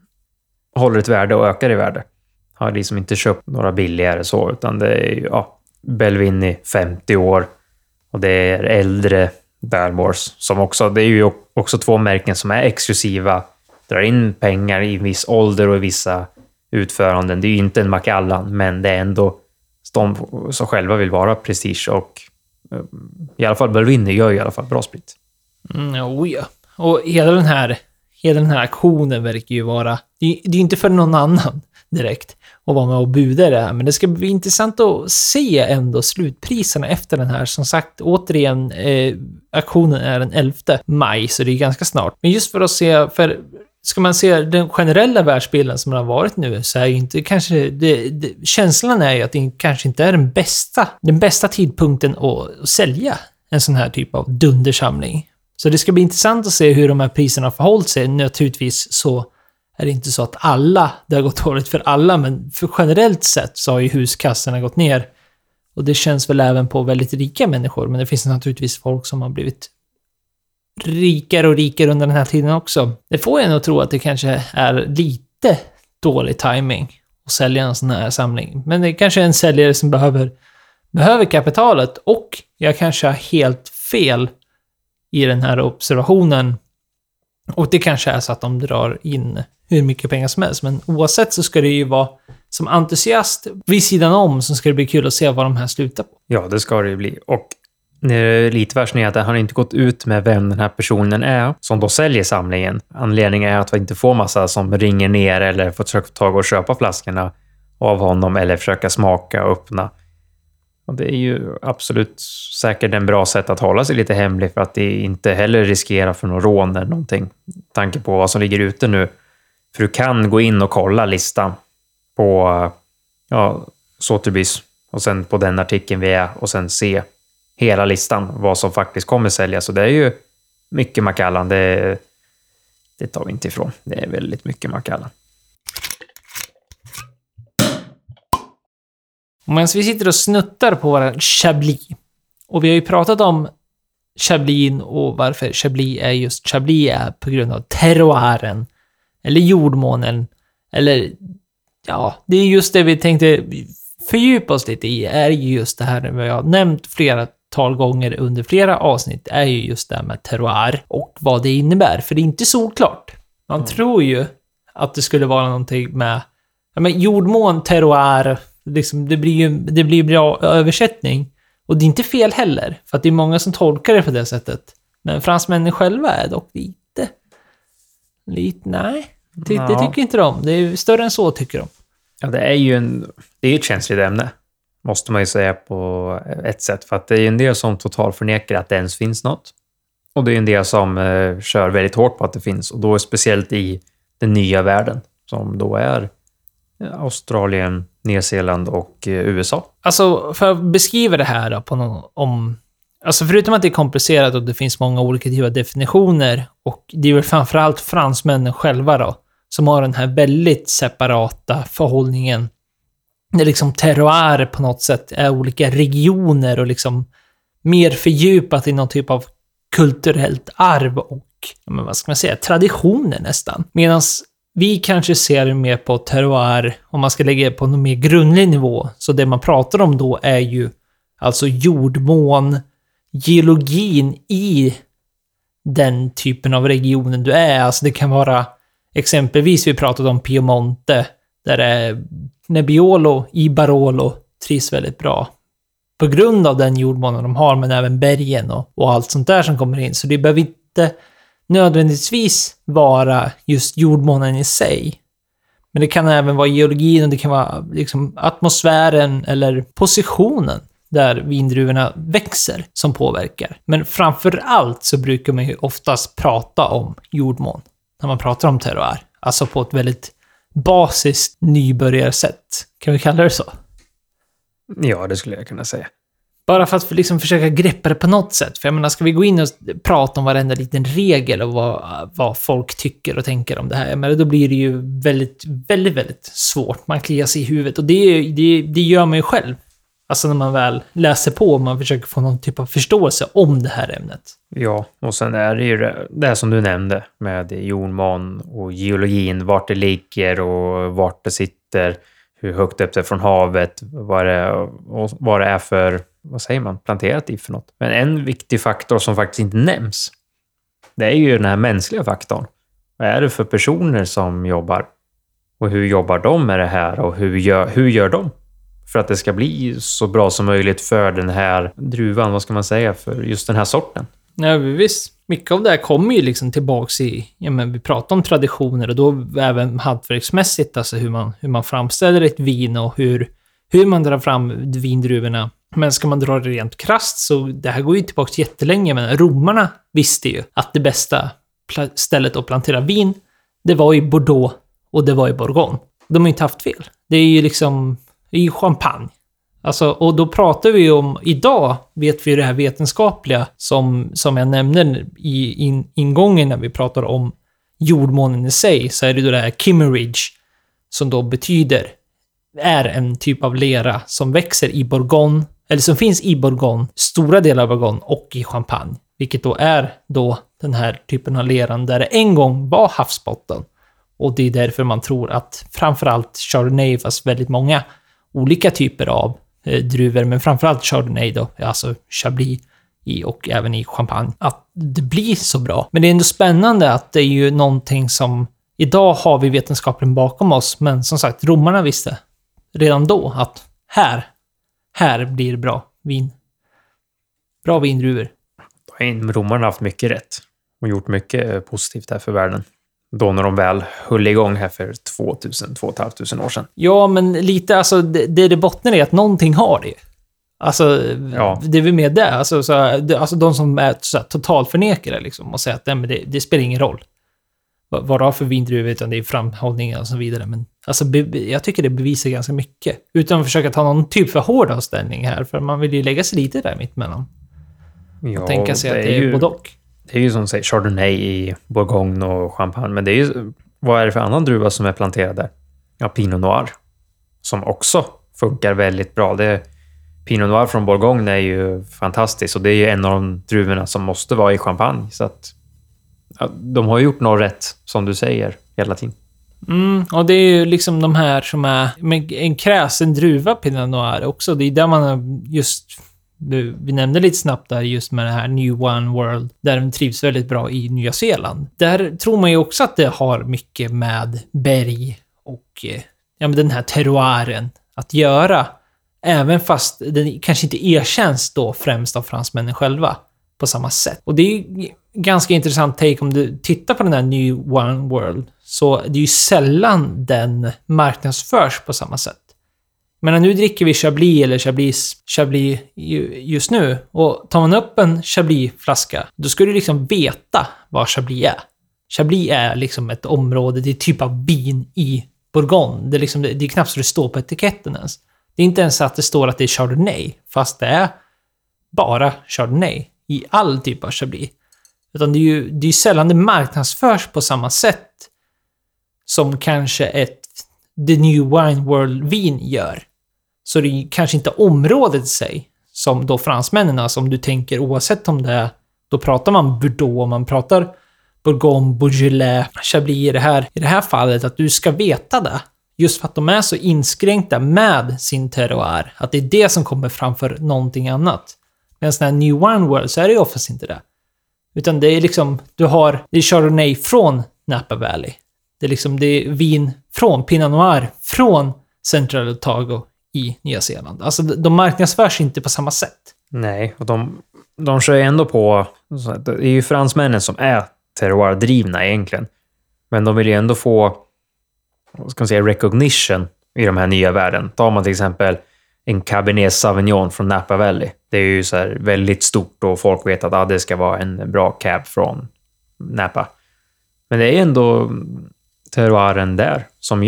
håller ett värde och ökar i värde. Har liksom inte köpt några billigare så, utan det är ju Balvenie 50 år och det är äldre Dalmores som också, det är ju också två märken som är exklusiva, drar in pengar i viss ålder och i vissa utföranden. Det är ju inte en Macallan, men det är ändå de som själva vill vara prestige och i alla fall Balvenie gör ju i alla fall bra sprit. Ja. Och hela den här aktionen verkar ju vara, det är inte för någon annan direkt att vara med och buda det här, men det ska bli intressant att se ändå slutpriserna efter den här. Som sagt, återigen, aktionen är den 11 maj, så det är ganska snart. Men just för att se, för ska man se den generella världsbilden som har varit nu, så är ju inte kanske känslan är ju att det kanske inte är den bästa tidpunkten att sälja en sån här typ av dundersamling. Så det ska bli intressant att se hur de här priserna har förhållit sig. Naturligtvis så är det inte så att det har gått dåligt för alla, men för generellt sett så har ju huskassorna gått ner. Och det känns väl även på väldigt rika människor, men det finns naturligtvis folk som har blivit rikare och rikare under den här tiden också. Det får en att tro att det kanske är lite dålig timing att sälja en sån här samling. Men det kanske är en säljare som behöver kapitalet, och jag kanske har helt fel i den här observationen. Och det kanske är så att de drar in hur mycket pengar som helst. Men oavsett så ska det ju vara som entusiast vid sidan om, som ska det bli kul att se vad de här slutar på. Ja, det ska det ju bli. Och det är lite värst är att han inte gått ut med vem den här personen är som då säljer samlingen. Anledningen är att vi inte får massa som ringer ner eller får försöka ta och köpa flaskorna av honom eller försöka smaka och öppna. Och det är ju absolut säkert en bra sätt att hålla sig lite hemlig för att det inte heller riskerar för någon rån eller någonting. Tanke på vad som ligger ute nu För du kan gå in och kolla listan på Sotheby's och sen på den artikeln vi är och sen se hela listan, vad som faktiskt kommer säljas. Så det är ju mycket Macallan. Det tar vi inte ifrån. Det är väldigt mycket Macallan. Medan vi sitter och snuttar på våra Chablis. Och vi har ju pratat om Chablis och varför Chablis är just Chablis är på grund av terroiren. Eller jordmånen. Eller, ja, det är just det vi tänkte fördjupa oss lite i. Är ju just det här vi har nämnt flera tal gånger under flera avsnitt. Är ju just det här med terroir och vad det innebär. För det är inte solklart. Man tror ju att det skulle vara någonting med jordmån, terroir. Liksom, det blir bra översättning. Och det är inte fel heller. För att det är många som tolkar det på det sättet. Men fransmännen själva är dock lite nej. Det tycker inte de. Det är större än så, tycker de. Ja, det är ju ett känsligt ämne. Måste man ju säga på ett sätt. För att det är ju en del som totalt förnekar att det ens finns något. Och det är en del som kör väldigt hårt på att det finns. Och då är speciellt i den nya världen. Som då är Australien, Nya Zeeland och USA. Alltså, för att beskriva det här då, alltså förutom att det är komplicerat och det finns många olika typer av definitioner, och det är väl framförallt fransmännen själva då, som har den här väldigt separata förhållningen. Det liksom terroir på något sätt är olika regioner och liksom mer fördjupat i någon typ av kulturellt arv och, vad ska man säga, traditioner nästan. Medan vi kanske ser mer på terroir om man ska lägga på någon mer grundlig nivå. Så det man pratar om då är ju alltså jordmån, geologin i den typen av regionen du är. Alltså det kan vara exempelvis, vi pratade om Piemonte, där är Nebbiolo i Barolo trivs väldigt bra på grund av den jordmånen de har, men även bergen och allt sånt där som kommer in. Så det behöver inte nödvändigtvis vara just jordmånen i sig. Men det kan även vara geologin och det kan vara liksom atmosfären eller positionen där vindruvorna växer som påverkar. Men framför allt så brukar man ju oftast prata om jordmån när man pratar om terroir. Alltså på ett väldigt basiskt nybörjarsätt. Kan vi kalla det så? Ja, det skulle jag kunna säga. Bara för att liksom försöka greppa det på något sätt. För jag menar, ska vi gå in och prata om varenda liten regel och vad folk tycker och tänker om det här, men då blir det ju väldigt, väldigt, väldigt svårt. Man kliar sig i huvudet. Och det gör man ju själv. Alltså när man väl läser på och man försöker få någon typ av förståelse om det här ämnet. Ja, och sen är det ju det som du nämnde med jordmån och geologin, vart det ligger och vart det sitter, hur högt upp det är från havet, vad det är för, vad säger man, planterat i för något. Men en viktig faktor som faktiskt inte nämns, det är ju den här mänskliga faktorn. Vad är det för personer som jobbar? Och hur jobbar de med det här? Och hur gör de? För att det ska bli så bra som möjligt för den här druvan, vad ska man säga, för just den här sorten. Ja, visst. Mycket av det här kommer ju liksom tillbaks i, vi pratar om traditioner och då även hantverksmässigt, alltså hur man framställer ett vin och hur man drar fram vindruvorna. Men ska man dra det rent krasst så det här går ju tillbaks jättelänge, men romarna visste ju att det bästa stället att plantera vin, det var i Bordeaux och det var i Bourgogne. De har ju inte haft fel. Det är ju liksom i champagne. Alltså, och då pratar vi om, idag vet vi det här vetenskapliga som jag nämnde i ingången när vi pratar om jordmånen i sig, så är det då det här Kimmeridge som då är en typ av lera som växer i Bourgogne, eller som finns i Bourgogne, stora delar av Bourgogne och i Champagne, vilket då är då den här typen av leran där det en gång var havsbotten. Och det är därför man tror att framförallt Chardonnay, fast väldigt många olika typer av druvor, men framförallt Chardonnay då, alltså Chablis och även i Champagne, att det blir så bra. Men det är ändå spännande att det är ju någonting som idag har vi vetenskapen bakom oss, men som sagt, romarna visste redan då att här blir det bra vin. Bra vindruvor. Romarna har haft mycket rätt och gjort mycket positivt här för världen. Då när de väl höll igång här för 2,500 år sedan. Ja, men lite, alltså det bottnar är att någonting har det. Alltså, ja. Det är väl med det. Alltså de som är så här, totalförnekare liksom, och säger att det spelar ingen roll. vad det är för vindruvor, utan det är framhållningen och så vidare. Men alltså, jag tycker det bevisar ganska mycket. Utan att försöka ta någon typ för hård avställning här, för man vill ju lägga sig lite där mitt mellan. Och tänka sig att det är både och. Det är ju som säger Chardonnay i Bourgogne och Champagne, men det är ju, vad är det för annan druva som är planterad där? Ja, Pinot Noir, som också funkar väldigt bra. Pinot Noir från Bourgogne är ju fantastiskt, och det är ju en av de druvorna som måste vara i Champagne, så att ja, de har gjort något rätt, som du säger, hela tiden. Och det är ju liksom de här som är med en kräsen druva Pinot Noir också. Det är där man har just, vi nämnde lite snabbt där just med det här New One World, där de trivs väldigt bra i Nya Zeeland. Där tror man ju också att det har mycket med berg och med den här terroiren att göra. Även fast den kanske inte erkänns då främst av fransmännen själva på samma sätt. Och det är ju ganska intressant take om du tittar på den här New One World, så det är ju sällan den marknadsförs på samma sätt. Men nu dricker vi Chablis eller Chablis just nu, och tar man upp en Chablis-flaska, då ska du liksom veta vad Chablis är. Chablis är liksom ett område, det är typ av vin i Bourgogne. Det är knappt så det står på etiketten ens. Det är inte ens att det står att det är Chardonnay, fast det är bara Chardonnay i all typ av Chablis. Utan det är ju sällan det marknadsförs på samma sätt som kanske The New Wine World-vin gör. Så det är kanske inte området i sig som då fransmännen, alltså om du tänker oavsett om det är, då pratar man Bordeaux, man pratar Bourgogne, Beaujolais, Chablis i det här fallet, att du ska veta det. Just för att de är så inskränkta med sin terroir, att det är det som kommer framför någonting annat. Men sån här New Wine World så är det ju oftast inte det. Utan det är liksom, det är Chardonnay från Napa Valley. Det är vin från Pinot Noir från Central Otago i Nya Zeeland. Alltså de marknadsförs inte på samma sätt. Nej, och de kör ju ändå på, det är ju fransmännen som är terroir-drivna egentligen. Men de vill ju ändå få, vad ska man säga, recognition i de här nya världen. Tar man till exempel en Cabernet Sauvignon från Napa Valley. Det är ju så här väldigt stort och folk vet att det ska vara en bra cab från Napa. Men det är ändå terroiren där som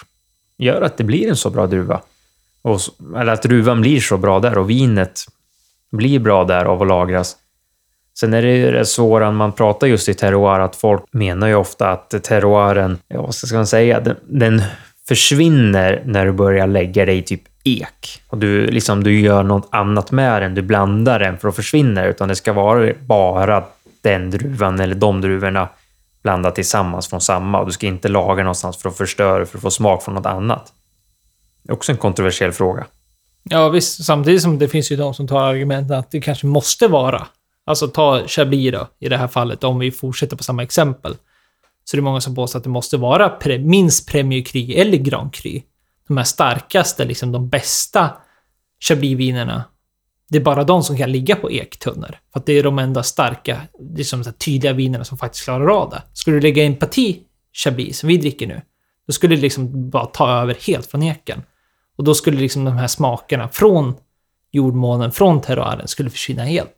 gör att det blir en så bra druva. Eller att druvan blir så bra där och vinet blir bra där av att lagras. Sen är det rätt svårare, man pratar just i terroir, att folk menar ju ofta att terroiren, vad ska man säga, den försvinner när du börjar lägga dig i typ ek. Och du gör något annat med den, du blandar den för att försvinna, utan det ska vara bara den druvan eller de druvorna blandat tillsammans från samma, och du ska inte laga någonstans för att förstöra, för att få smak från något annat. Det är också en kontroversiell fråga. Ja visst, samtidigt som det finns ju de som tar argumentet att det kanske måste vara, alltså ta Chablis då, i det här fallet, om vi fortsätter på samma exempel, så det är många som påstår att det måste vara minst Premier Cru eller Grand Cru. De här starkaste, de bästa Chablis-vinerna, det är bara de som kan ligga på ektunnor. För att det är de enda starka, så tydliga vinerna som faktiskt klarar av det. Skulle du lägga en parti Chablis som vi dricker nu, då skulle det bara ta över helt från eken. Och då skulle de här smakerna från jordmånen, från terroiren, skulle försvinna helt.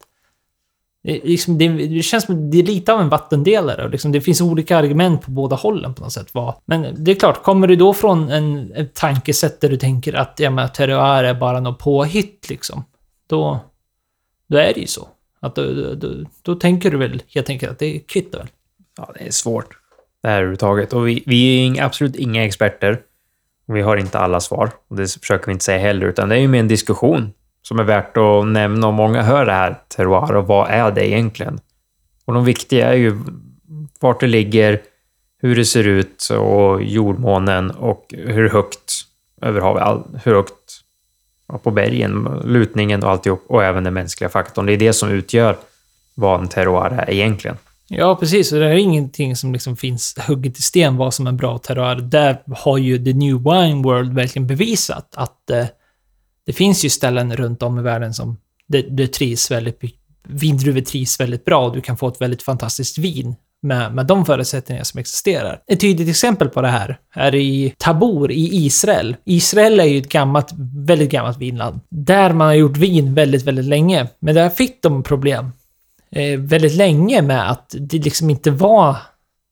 Det känns som det är lite av en vattendelare, och det finns olika argument på båda hållen på något sätt. Men det är klart, kommer du då från en tankesätt där du tänker att terroir är bara något påhitt, då är det ju så. Att då tänker du väl helt enkelt att det kvittar väl. Ja, det är svårt det här överhuvudtaget. Och vi är absolut inga experter. Och vi har inte alla svar. Och det försöker vi inte säga heller, utan det är ju mer en diskussion som är värt att nämna, om många hör det här terroir, och vad är det egentligen? Och de viktiga är ju vart det ligger, hur det ser ut, och jordmånen, och hur högt över havet, hur högt på bergen, lutningen och alltihop, och även den mänskliga faktorn. Det är det som utgör vad en terroir är egentligen. Ja, precis. Och det är ingenting som finns hugget i sten vad som är bra terroir. Där har ju The New Wine World verkligen bevisat att det finns ju ställen runt om i världen som det trivs vindruvor trivs väldigt bra, och du kan få ett väldigt fantastiskt vin med de förutsättningar som existerar. Ett tydligt exempel på det här är i Tabor i Israel. Israel är ju ett väldigt gammalt vinland, där man har gjort vin väldigt, väldigt länge. Men där fick de problem väldigt länge med att det inte var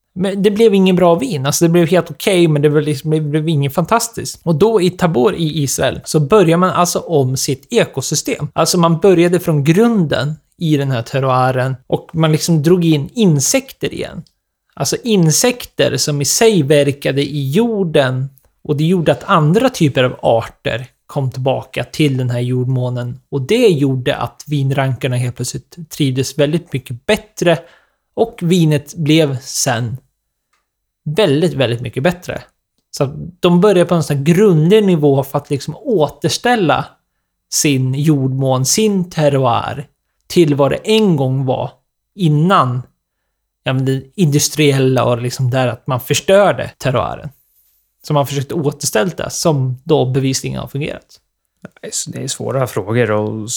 Men det blev ingen bra vin. Alltså det blev helt okej, men det blev inget fantastiskt. Och då i Tabor i Israel så börjar man alltså om sitt ekosystem. Alltså man började från grunden i den här terroiren och man liksom drog in insekter igen. Alltså insekter som i sig verkade i jorden och det gjorde att andra typer av arter kom tillbaka till den här jordmånen. Och det gjorde att vinrankarna helt plötsligt trivdes väldigt mycket bättre och vinet blev sen väldigt, väldigt mycket bättre. Så de började på en sån här grundlig nivå för att liksom återställa sin jordmån, sin terroir till vad det en gång var innan det industriella och liksom där att man förstörde terroiren. Så man försökte återställa det som då bevisligen har fungerat. Det är svåra frågor och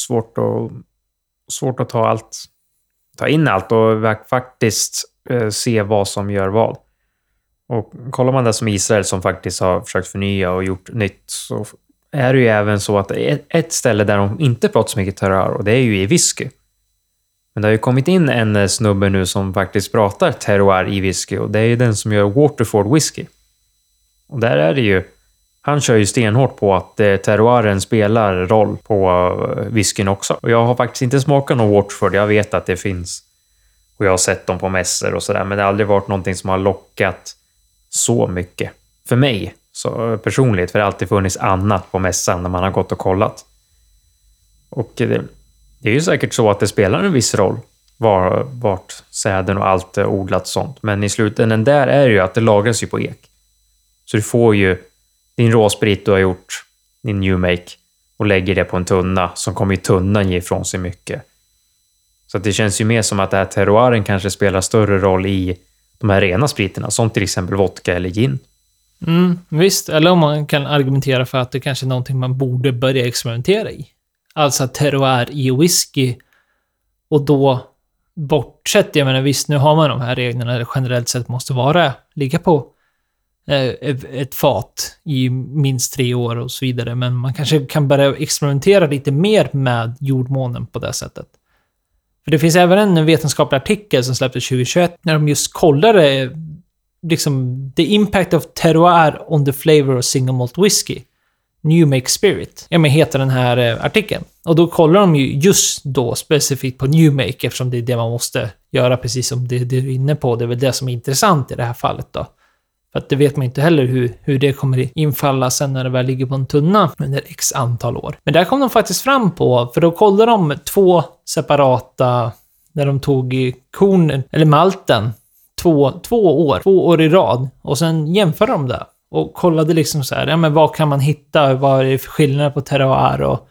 svårt att ta in allt och faktiskt se vad som gör vad. Och kollar man det som Israel som faktiskt har försökt förnya och gjort nytt, så är det ju även så att ett ställe där de inte pratar så mycket terroir, och det är ju i whisky. Men det har ju kommit in en snubbe nu som faktiskt pratar terroir i whisky, och det är ju den som gör Waterford whisky. Och där är det ju, han kör ju stenhårt på att terroiren spelar roll på whiskyn också. Och jag har faktiskt inte smakat någon Waterford, jag vet att det finns. Och jag har sett dem på mässor och sådär, men det har aldrig varit någonting som har lockat så mycket. För mig, så personligt, för det har alltid funnits annat på mässan när man har gått och kollat. Och det är ju säkert så att det spelar en viss roll vart säden och allt är odlat sånt. Men i slutändan där är det ju att det lagras ju på ek. Så du får ju din råsprit du har gjort, din new make, och lägger det på en tunna, som kommer ju tunnan ge ifrån sig mycket. Så att det känns ju mer som att det här terroiren kanske spelar större roll i de här rena spriterna, som till exempel vodka eller gin. Visst, eller om man kan argumentera för att det kanske är någonting man borde börja experimentera i. Alltså terroir i whisky, och då bortsett, jag menar visst, nu har man de här reglerna, det generellt sett måste ligga på ett fat i minst 3 år och så vidare, men man kanske kan börja experimentera lite mer med jordmånen på det sättet. För det finns även en vetenskaplig artikel som släpptes 2021 när de just kollade liksom the impact of terroir on the flavor of single malt whisky, New Make Spirit. Ja, men heter den här artikeln. Och då kollar de ju just då specifikt på New Make, eftersom det är det man måste göra, precis som det du är inne på. Det är väl det som är intressant i det här fallet då. För att det vet man inte heller hur det kommer infalla sen när det väl ligger på en tunna under x antal år. Men där kom de faktiskt fram på, för då kollade de 2 separata, när de tog kornen, eller malten, 2 år i rad. Och sen jämförde de det. Och kollade liksom så här, ja men vad kan man hitta, vad är det för skillnader på terroir och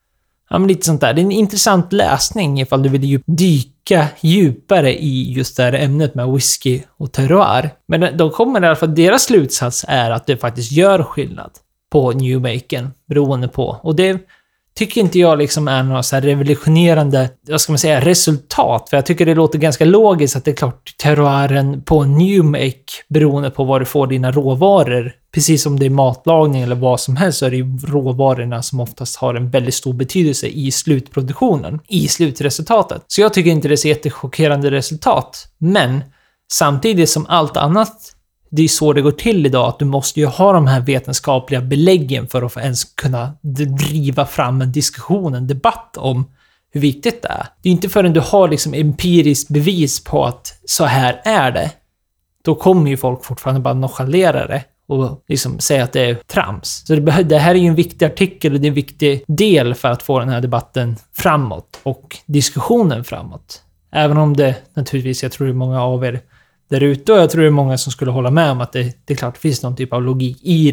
ja men lite sånt där. Det är en intressant läsning ifall du vill dyka djupare i just det här ämnet med whisky och terroir. Men de kommer i alla fall, deras slutsats är att det faktiskt gör skillnad på new maken beroende på. Och det tycker inte jag liksom är något så här revolutionerande, vad ska man säga, resultat. För jag tycker det låter ganska logiskt att det är klart terroiren på new make beroende på var du får dina råvaror. Precis som det är matlagning eller vad som helst, så är det ju råvarorna som oftast har en väldigt stor betydelse i slutproduktionen, i slutresultatet. Så jag tycker inte det är så jättechockerande resultat. Men samtidigt som allt annat, det är så det går till idag, att du måste ju ha de här vetenskapliga beläggen för att få ens kunna driva fram en diskussion, en debatt om hur viktigt det är. Det är inte förrän du har liksom empiriskt bevis på att så här är det, då kommer ju folk fortfarande bara nonchalera det och liksom säga att det är trams. Så det här är ju en viktig artikel och det är en viktig del för att få den här debatten framåt och diskussionen framåt. Även om det naturligtvis, jag tror det är många av er där ute, och jag tror det är många som skulle hålla med om att det är klart det finns någon typ av logik i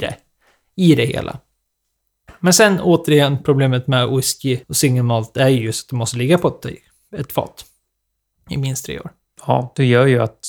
det hela. Men sen återigen, problemet med whisky och single malt är ju just att det måste ligga på ett fat i minst 3 år. Ja, det gör ju att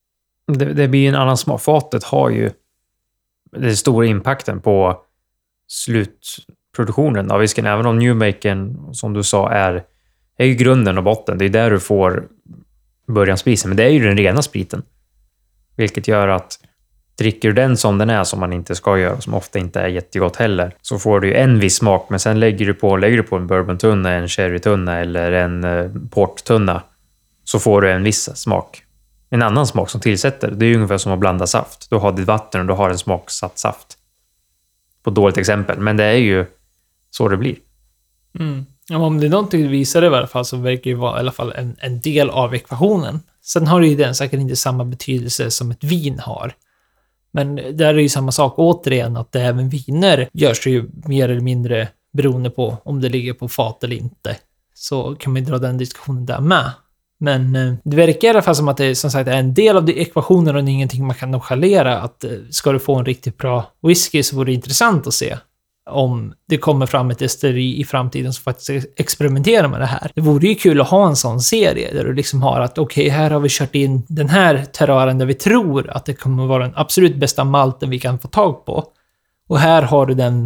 det blir en annan smak. Fatet har ju den stora impacten på slutproduktionen av whiskyn. Även om new maken, som du sa, är ju grunden och botten. Det är där du får börjansprisen, men det är ju den rena spriten. Vilket gör att dricker du den som den är, som man inte ska göra, som ofta inte är jättegott heller, så får du ju en viss smak, men sen lägger du på en bourbontunna, en sherrytunna eller en porttunna, så får du en viss smak. en annan smak som tillsätter. Det är ju ungefär som att blanda saft. Du har ditt vatten och du har en smaksatt saft. På ett dåligt exempel, men det är ju så det blir. Ja, om det är någonting du visar i alla fall så verkar det vara i alla fall en del av ekvationen. Sen har det ju den säkert inte samma betydelse som ett vin har. Men där är det ju samma sak återigen, att även viner görs ju mer eller mindre beroende på om det ligger på fat eller inte. Så kan man ju dra den diskussionen där med. Men det verkar i alla fall som att det som sagt är en del av de ekvationen och ingenting man kan nonchalera. Att ska du få en riktigt bra whisky så vore det intressant att se om det kommer fram ett destilleri i framtiden som faktiskt experimenterar med det här. Det vore ju kul att ha en sån serie där du liksom har att okej, här har vi kört in den här terrören där vi tror att det kommer vara den absolut bästa malten vi kan få tag på. Och här har du den,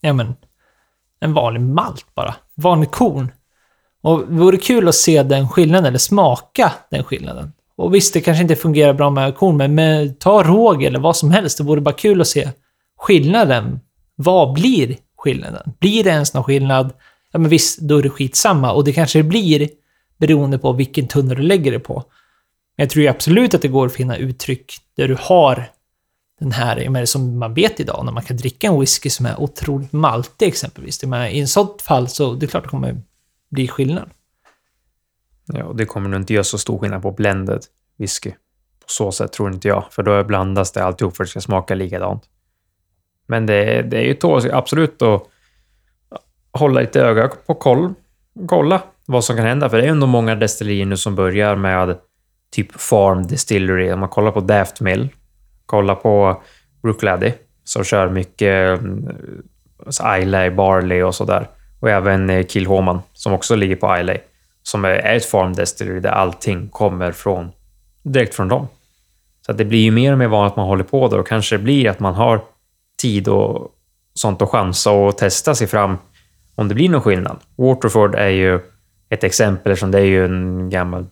en vanlig malt bara. Vanlig korn. Och det vore kul att se den skillnaden eller smaka den skillnaden. Och visst, det kanske inte fungerar bra med korn, men ta råg eller vad som helst. Det vore bara kul att se skillnaden. Vad blir skillnaden? Blir det ens någon skillnad? Ja, men visst, då är det skitsamma. Och det kanske blir beroende på vilken tunna du lägger det på. Men jag tror ju absolut att det går att finna uttryck där du har den här, som man vet idag, när man kan dricka en whisky som är otroligt maltig exempelvis. I en sånt fall så det är klart det kommer bli skillnad. Ja, och det kommer nog inte göra så stor skillnad på blended whisky. På så sätt tror inte jag. För då blandas det alltihop för att det ska smaka likadant. Men det är ju absolut att hålla lite öga på kolla vad som kan hända. För det är ju ändå många destillerier nu som börjar med typ farm distillery. Om man kollar på Daft Mill, kollar på Bruichladdich, så kör mycket Islay, Barley och sådär. Och även Kilchoman som också ligger på Islay, som är ett farm distillery där allting kommer direkt från dem. Så att det blir ju mer och mer vanligt att man håller på där, och kanske det blir att man har tid och sånt att chansa och testa sig fram om det blir någon skillnad. Waterford är ju ett exempel som det är ju en gammal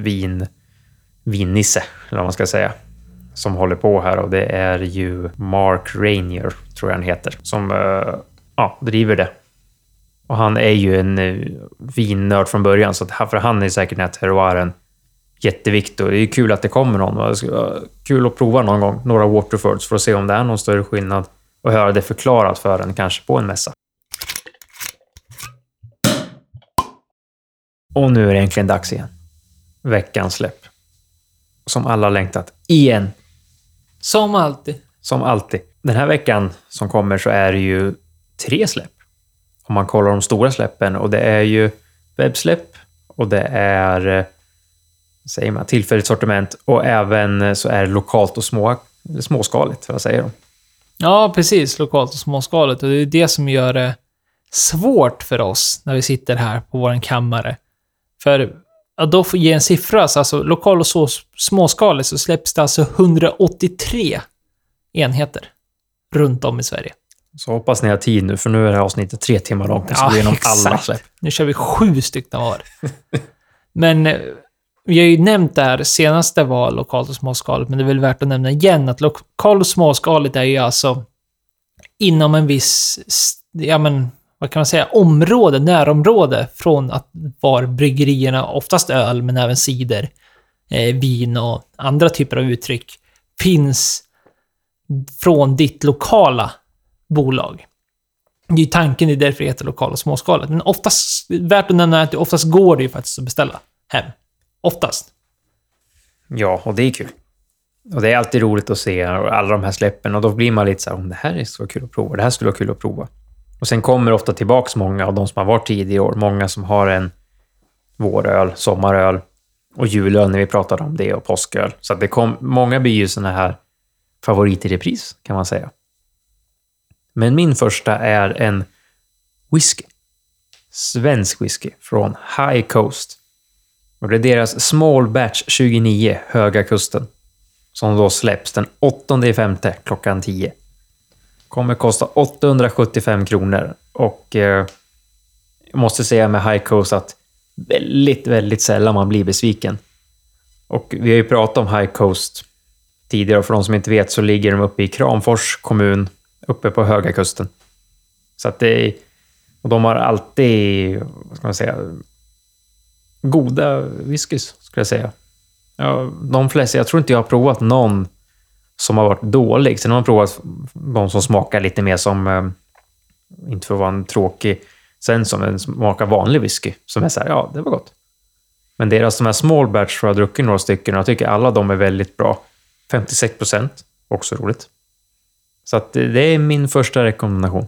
vinnisse, eller vad man ska säga, som håller på här, och det är ju Mark Rainier, tror jag han heter, som driver det. Och han är ju en vinnörd från början, så att för han är säkert den här terroiren jätteviktig. Och det är ju kul att det kommer någon. Det skulle vara kul att prova någon gång några Waterfords för att se om det är någon större skillnad och höra det förklarat för en, kanske på en mässa. Och nu är det egentligen dags igen. Veckans släpp. Som alla längtat. Igen. Som alltid. Som alltid. Den här veckan som kommer så är det ju 3 släpp. Om man kollar de stora släppen. Och det är ju webbsläpp. Och det är tillfälligt sortiment. Och även så är det lokalt och småskaligt. Vad säger de? Ja, precis. Lokalt och småskaligt. Och det är det som gör det svårt för oss när vi sitter här på vår kammare. För att då få ge en siffra, alltså lokal och så småskaligt, så släpps det alltså 183 enheter runt om i Sverige. Så hoppas ni har tid nu, för nu är det här avsnittet 3 timmar långt. Så genom alla släpp. Nu kör vi 7 stycken var. Men vi har ju nämnt det här, senaste var lokalt och småskaligt, men det är väl värt att nämna igen att lokal och småskaligt är ju alltså inom en viss, vad kan man säga, närområde från att var bryggerierna, oftast öl men även cider, vin och andra typer av uttryck finns från ditt lokala bolag. Det är ju tanken, det är därför det heter lokal och småskaligt. Men oftast, värt att nämna att det oftast går det ju faktiskt att beställa hem. Oftast. Ja, och det är kul. Och det är alltid roligt att se alla de här släppen, och då blir man lite så här, det här är så kul att prova, det här skulle vara kul att prova. Och sen kommer ofta tillbaks många av de som har varit tidigare år, många som har en våröl, sommaröl och julöl när vi pratade om det, och påsköl. Så att många blir ju såna här favoriter i pris, kan man säga. Men min första är en whisky. Svensk whisky från High Coast. Och det är deras Small Batch 29 Höga Kusten, som då släpps den 8/5 klockan 10. Kommer kosta 875 kronor. Och jag måste säga med High Coast att väldigt, väldigt sällan man blir besviken. Och vi har ju pratat om High Coast tidigare, och för de som inte vet så ligger de uppe i Kramfors kommun, uppe på Höga Kusten. Så att och de har alltid, vad ska man säga, goda whiskys, skulle jag säga. Ja, de flesta, jag tror inte jag har provat någon som har varit dålig. Sen har man provat de som smakar lite mer som, inte för att vara en tråkig, sen som en smakar vanlig whisky. Som är så här, ja, det var gott. Men deras de här small batch har jag druckit några stycken och jag tycker alla de är väldigt bra. 56%, också roligt. Så att det är min första rekommendation.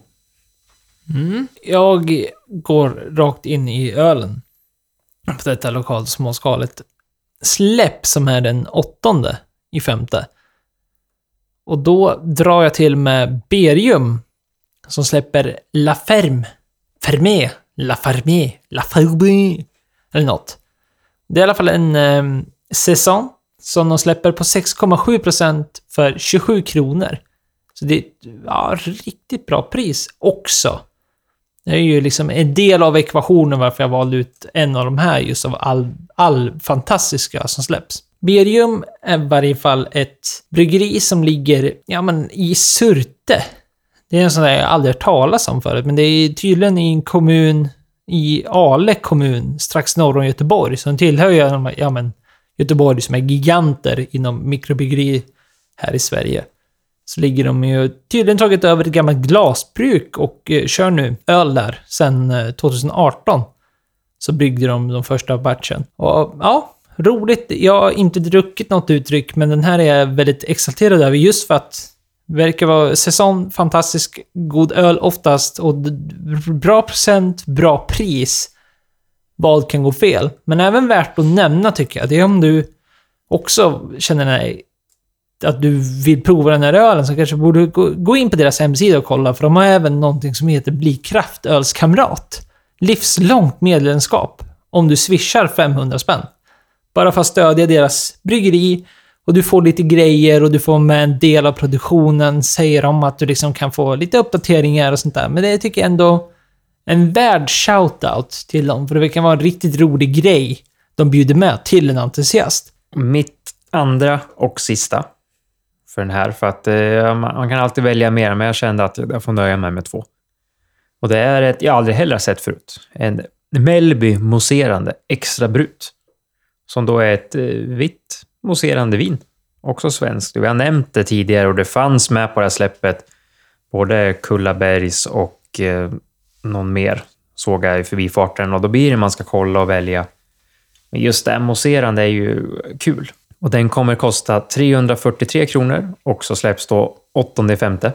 Jag går rakt in i ölen. På detta lokalt småskaligt släpp som är den 8/5. Och då drar jag till med Berium som släpper La Ferme eller något. Det är i alla fall en säsong som de släpper på 6,7% för 27 kronor. Så det är ett riktigt bra pris också. Det är ju liksom en del av ekvationen varför jag valde ut en av de här just av all fantastiska som släpps. Berium är i varje fall ett bryggeri som ligger i Surte. Det är en sån där jag aldrig hört talas om förut, men det är tydligen i en kommun i Ale kommun strax norr om Göteborg som tillhör ju Göteborg som är giganter inom mikrobryggeri här i Sverige. Så ligger de ju tydligen tagit över ett gammalt glasbruk och kör nu öl där sedan 2018. Så byggde de första batchen. Och ja, roligt. Jag har inte druckit något uttryck, men den här är jag väldigt exalterad över just för att det verkar vara säsong, fantastisk, god öl oftast och bra procent, bra pris. Vad kan gå fel? Men även värt att nämna tycker jag. Det är om du också känner att du vill prova den här ölen så kanske borde gå in på deras hemsida och kolla, för de har även någonting som heter Bli kraftölskamrat. Livslångt medlemskap om du swishar 500 spänn. Bara för att stödja deras bryggeri och du får lite grejer och du får med en del av produktionen, säger de att du liksom kan få lite uppdateringar och sånt där. Men det tycker jag ändå en värd shoutout till dem, för det kan vara en riktigt rolig grej de bjuder med till en entusiast. Mitt andra och sista för den här, för att man kan alltid välja mer, men jag kände att jag får nöja mig med 2. Och det är ett jag aldrig heller sett förut. En Mellby mousserande extra brut. Som då är ett vitt mousserande vin. Också svenskt. Vi har nämnt det tidigare och det fanns med på det här släppet. Både Kullabergs och någon mer såg jag i förbifarten. Och då blir det man ska kolla och välja. Men just det här mousserande är ju kul. Och den kommer kosta 343 kronor. Och så släpps då 8/5.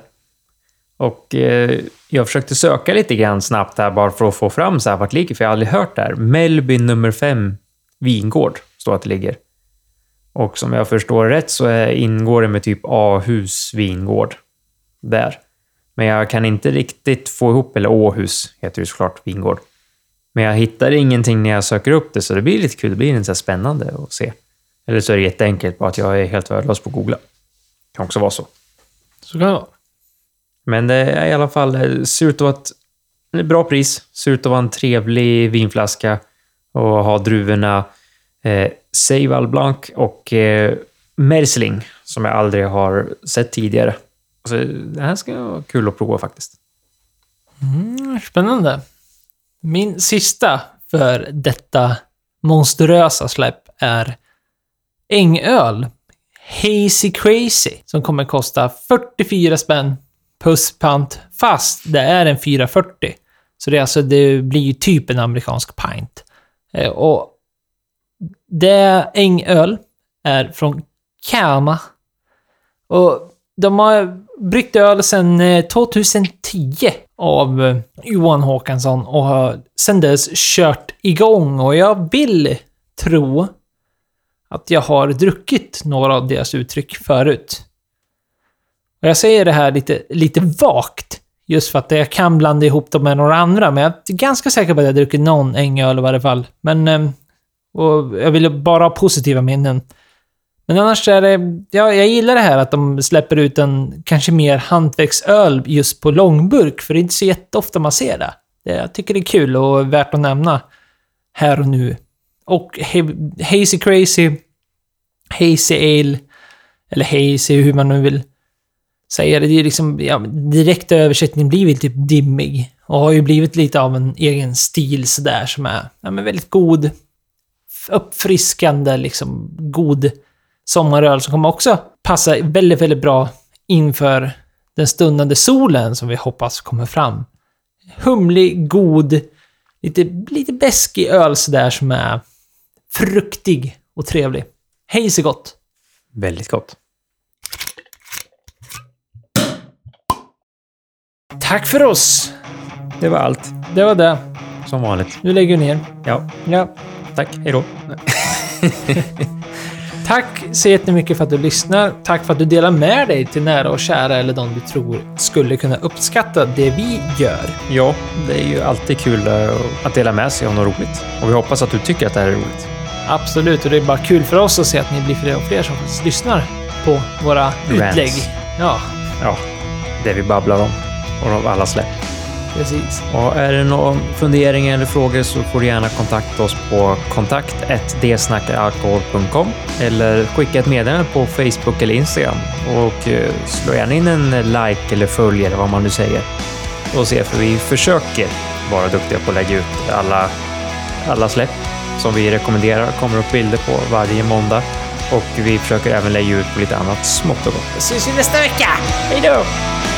Och jag försökte söka lite grann snabbt här bara för att få fram så här vart ligger. För jag har aldrig hört det här. Mellby nummer 5 vingård står att det ligger. Och som jag förstår rätt så ingår det med typ Ahus vingård där. Men jag kan inte riktigt få ihop, eller Åhus heter det såklart, vingård. Men jag hittar ingenting när jag söker upp det, så det blir lite kul. Det blir inte så spännande att se. Eller så är det jätteenkelt på att jag är helt värdelös på att googla. Det kan också vara så. Så kan det vara. Men det är i alla fall ser ut att vara ett bra pris. Ser ut att vara en trevlig vinflaska. Och ha druvorna Seyval Blanc och Mersling som jag aldrig har sett tidigare. Så det här ska vara kul att prova faktiskt. Spännande. Min sista för detta monsterösa släpp är Ängöl Hazy Crazy som kommer kosta 44 spänn plus pant, fast det är en 440. Så det blir ju typ en amerikansk pint. Och det Ängöl är från Kama. Och de har bryggt öl sedan 2010 av Johan Håkansson och har sedan dess kört igång. Och jag vill tro att jag har druckit några av deras uttryck förut. Och jag säger det här lite vagt, just för att jag kan blanda ihop dem med några andra. Men jag är ganska säker på att jag har druckit någon Ängöl i varje fall. Men och jag vill bara ha positiva minnen. Men annars är det... jag gillar det här att de släpper ut en kanske mer hantverksöl just på långburk. För det är inte så jätteofta man ser det. Jag tycker det är kul och värt att nämna här och nu. Och Hazy Crazy, Hazy Ale, eller Hazy hur man nu vill säga det. Det är liksom... direkt översättning blir väl typ dimmig. Och har ju blivit lite av en egen stil sådär som är väldigt god. uppfriskande, liksom god sommaröl som kommer också passa väldigt, väldigt bra inför den stundande solen som vi hoppas kommer fram. Humlig, god, lite beskig öl så där som är fruktig och trevlig. Hej så gott! Väldigt gott. Tack för oss! Det var allt. Det var det. Som vanligt. Nu lägger vi ner. Ja. Tack. Hej då. Tack så jättemycket för att du lyssnar. Tack för att du delar med dig till nära och kära eller de du tror skulle kunna uppskatta det vi gör. Ja, det är ju alltid kul att dela med sig av något roligt. Och vi hoppas att du tycker att det här är roligt. Absolut, och det är bara kul för oss att se att ni blir fler och fler som faktiskt lyssnar på våra utlägg. Ja, det vi babblar om. Och alla släpp. precis. Och är det någon fundering eller frågor så får du gärna kontakta oss på kontakt@dsnackaralkohol.com eller skicka ett meddelande på Facebook eller Instagram och slå gärna in en like eller följ eller vad man nu säger. Och se, för vi försöker vara duktiga på att lägga ut alla släpp som vi rekommenderar. Kommer upp bilder på varje måndag och vi försöker även lägga ut på lite annat smått och gott. Ses vi nästa vecka! Hej då!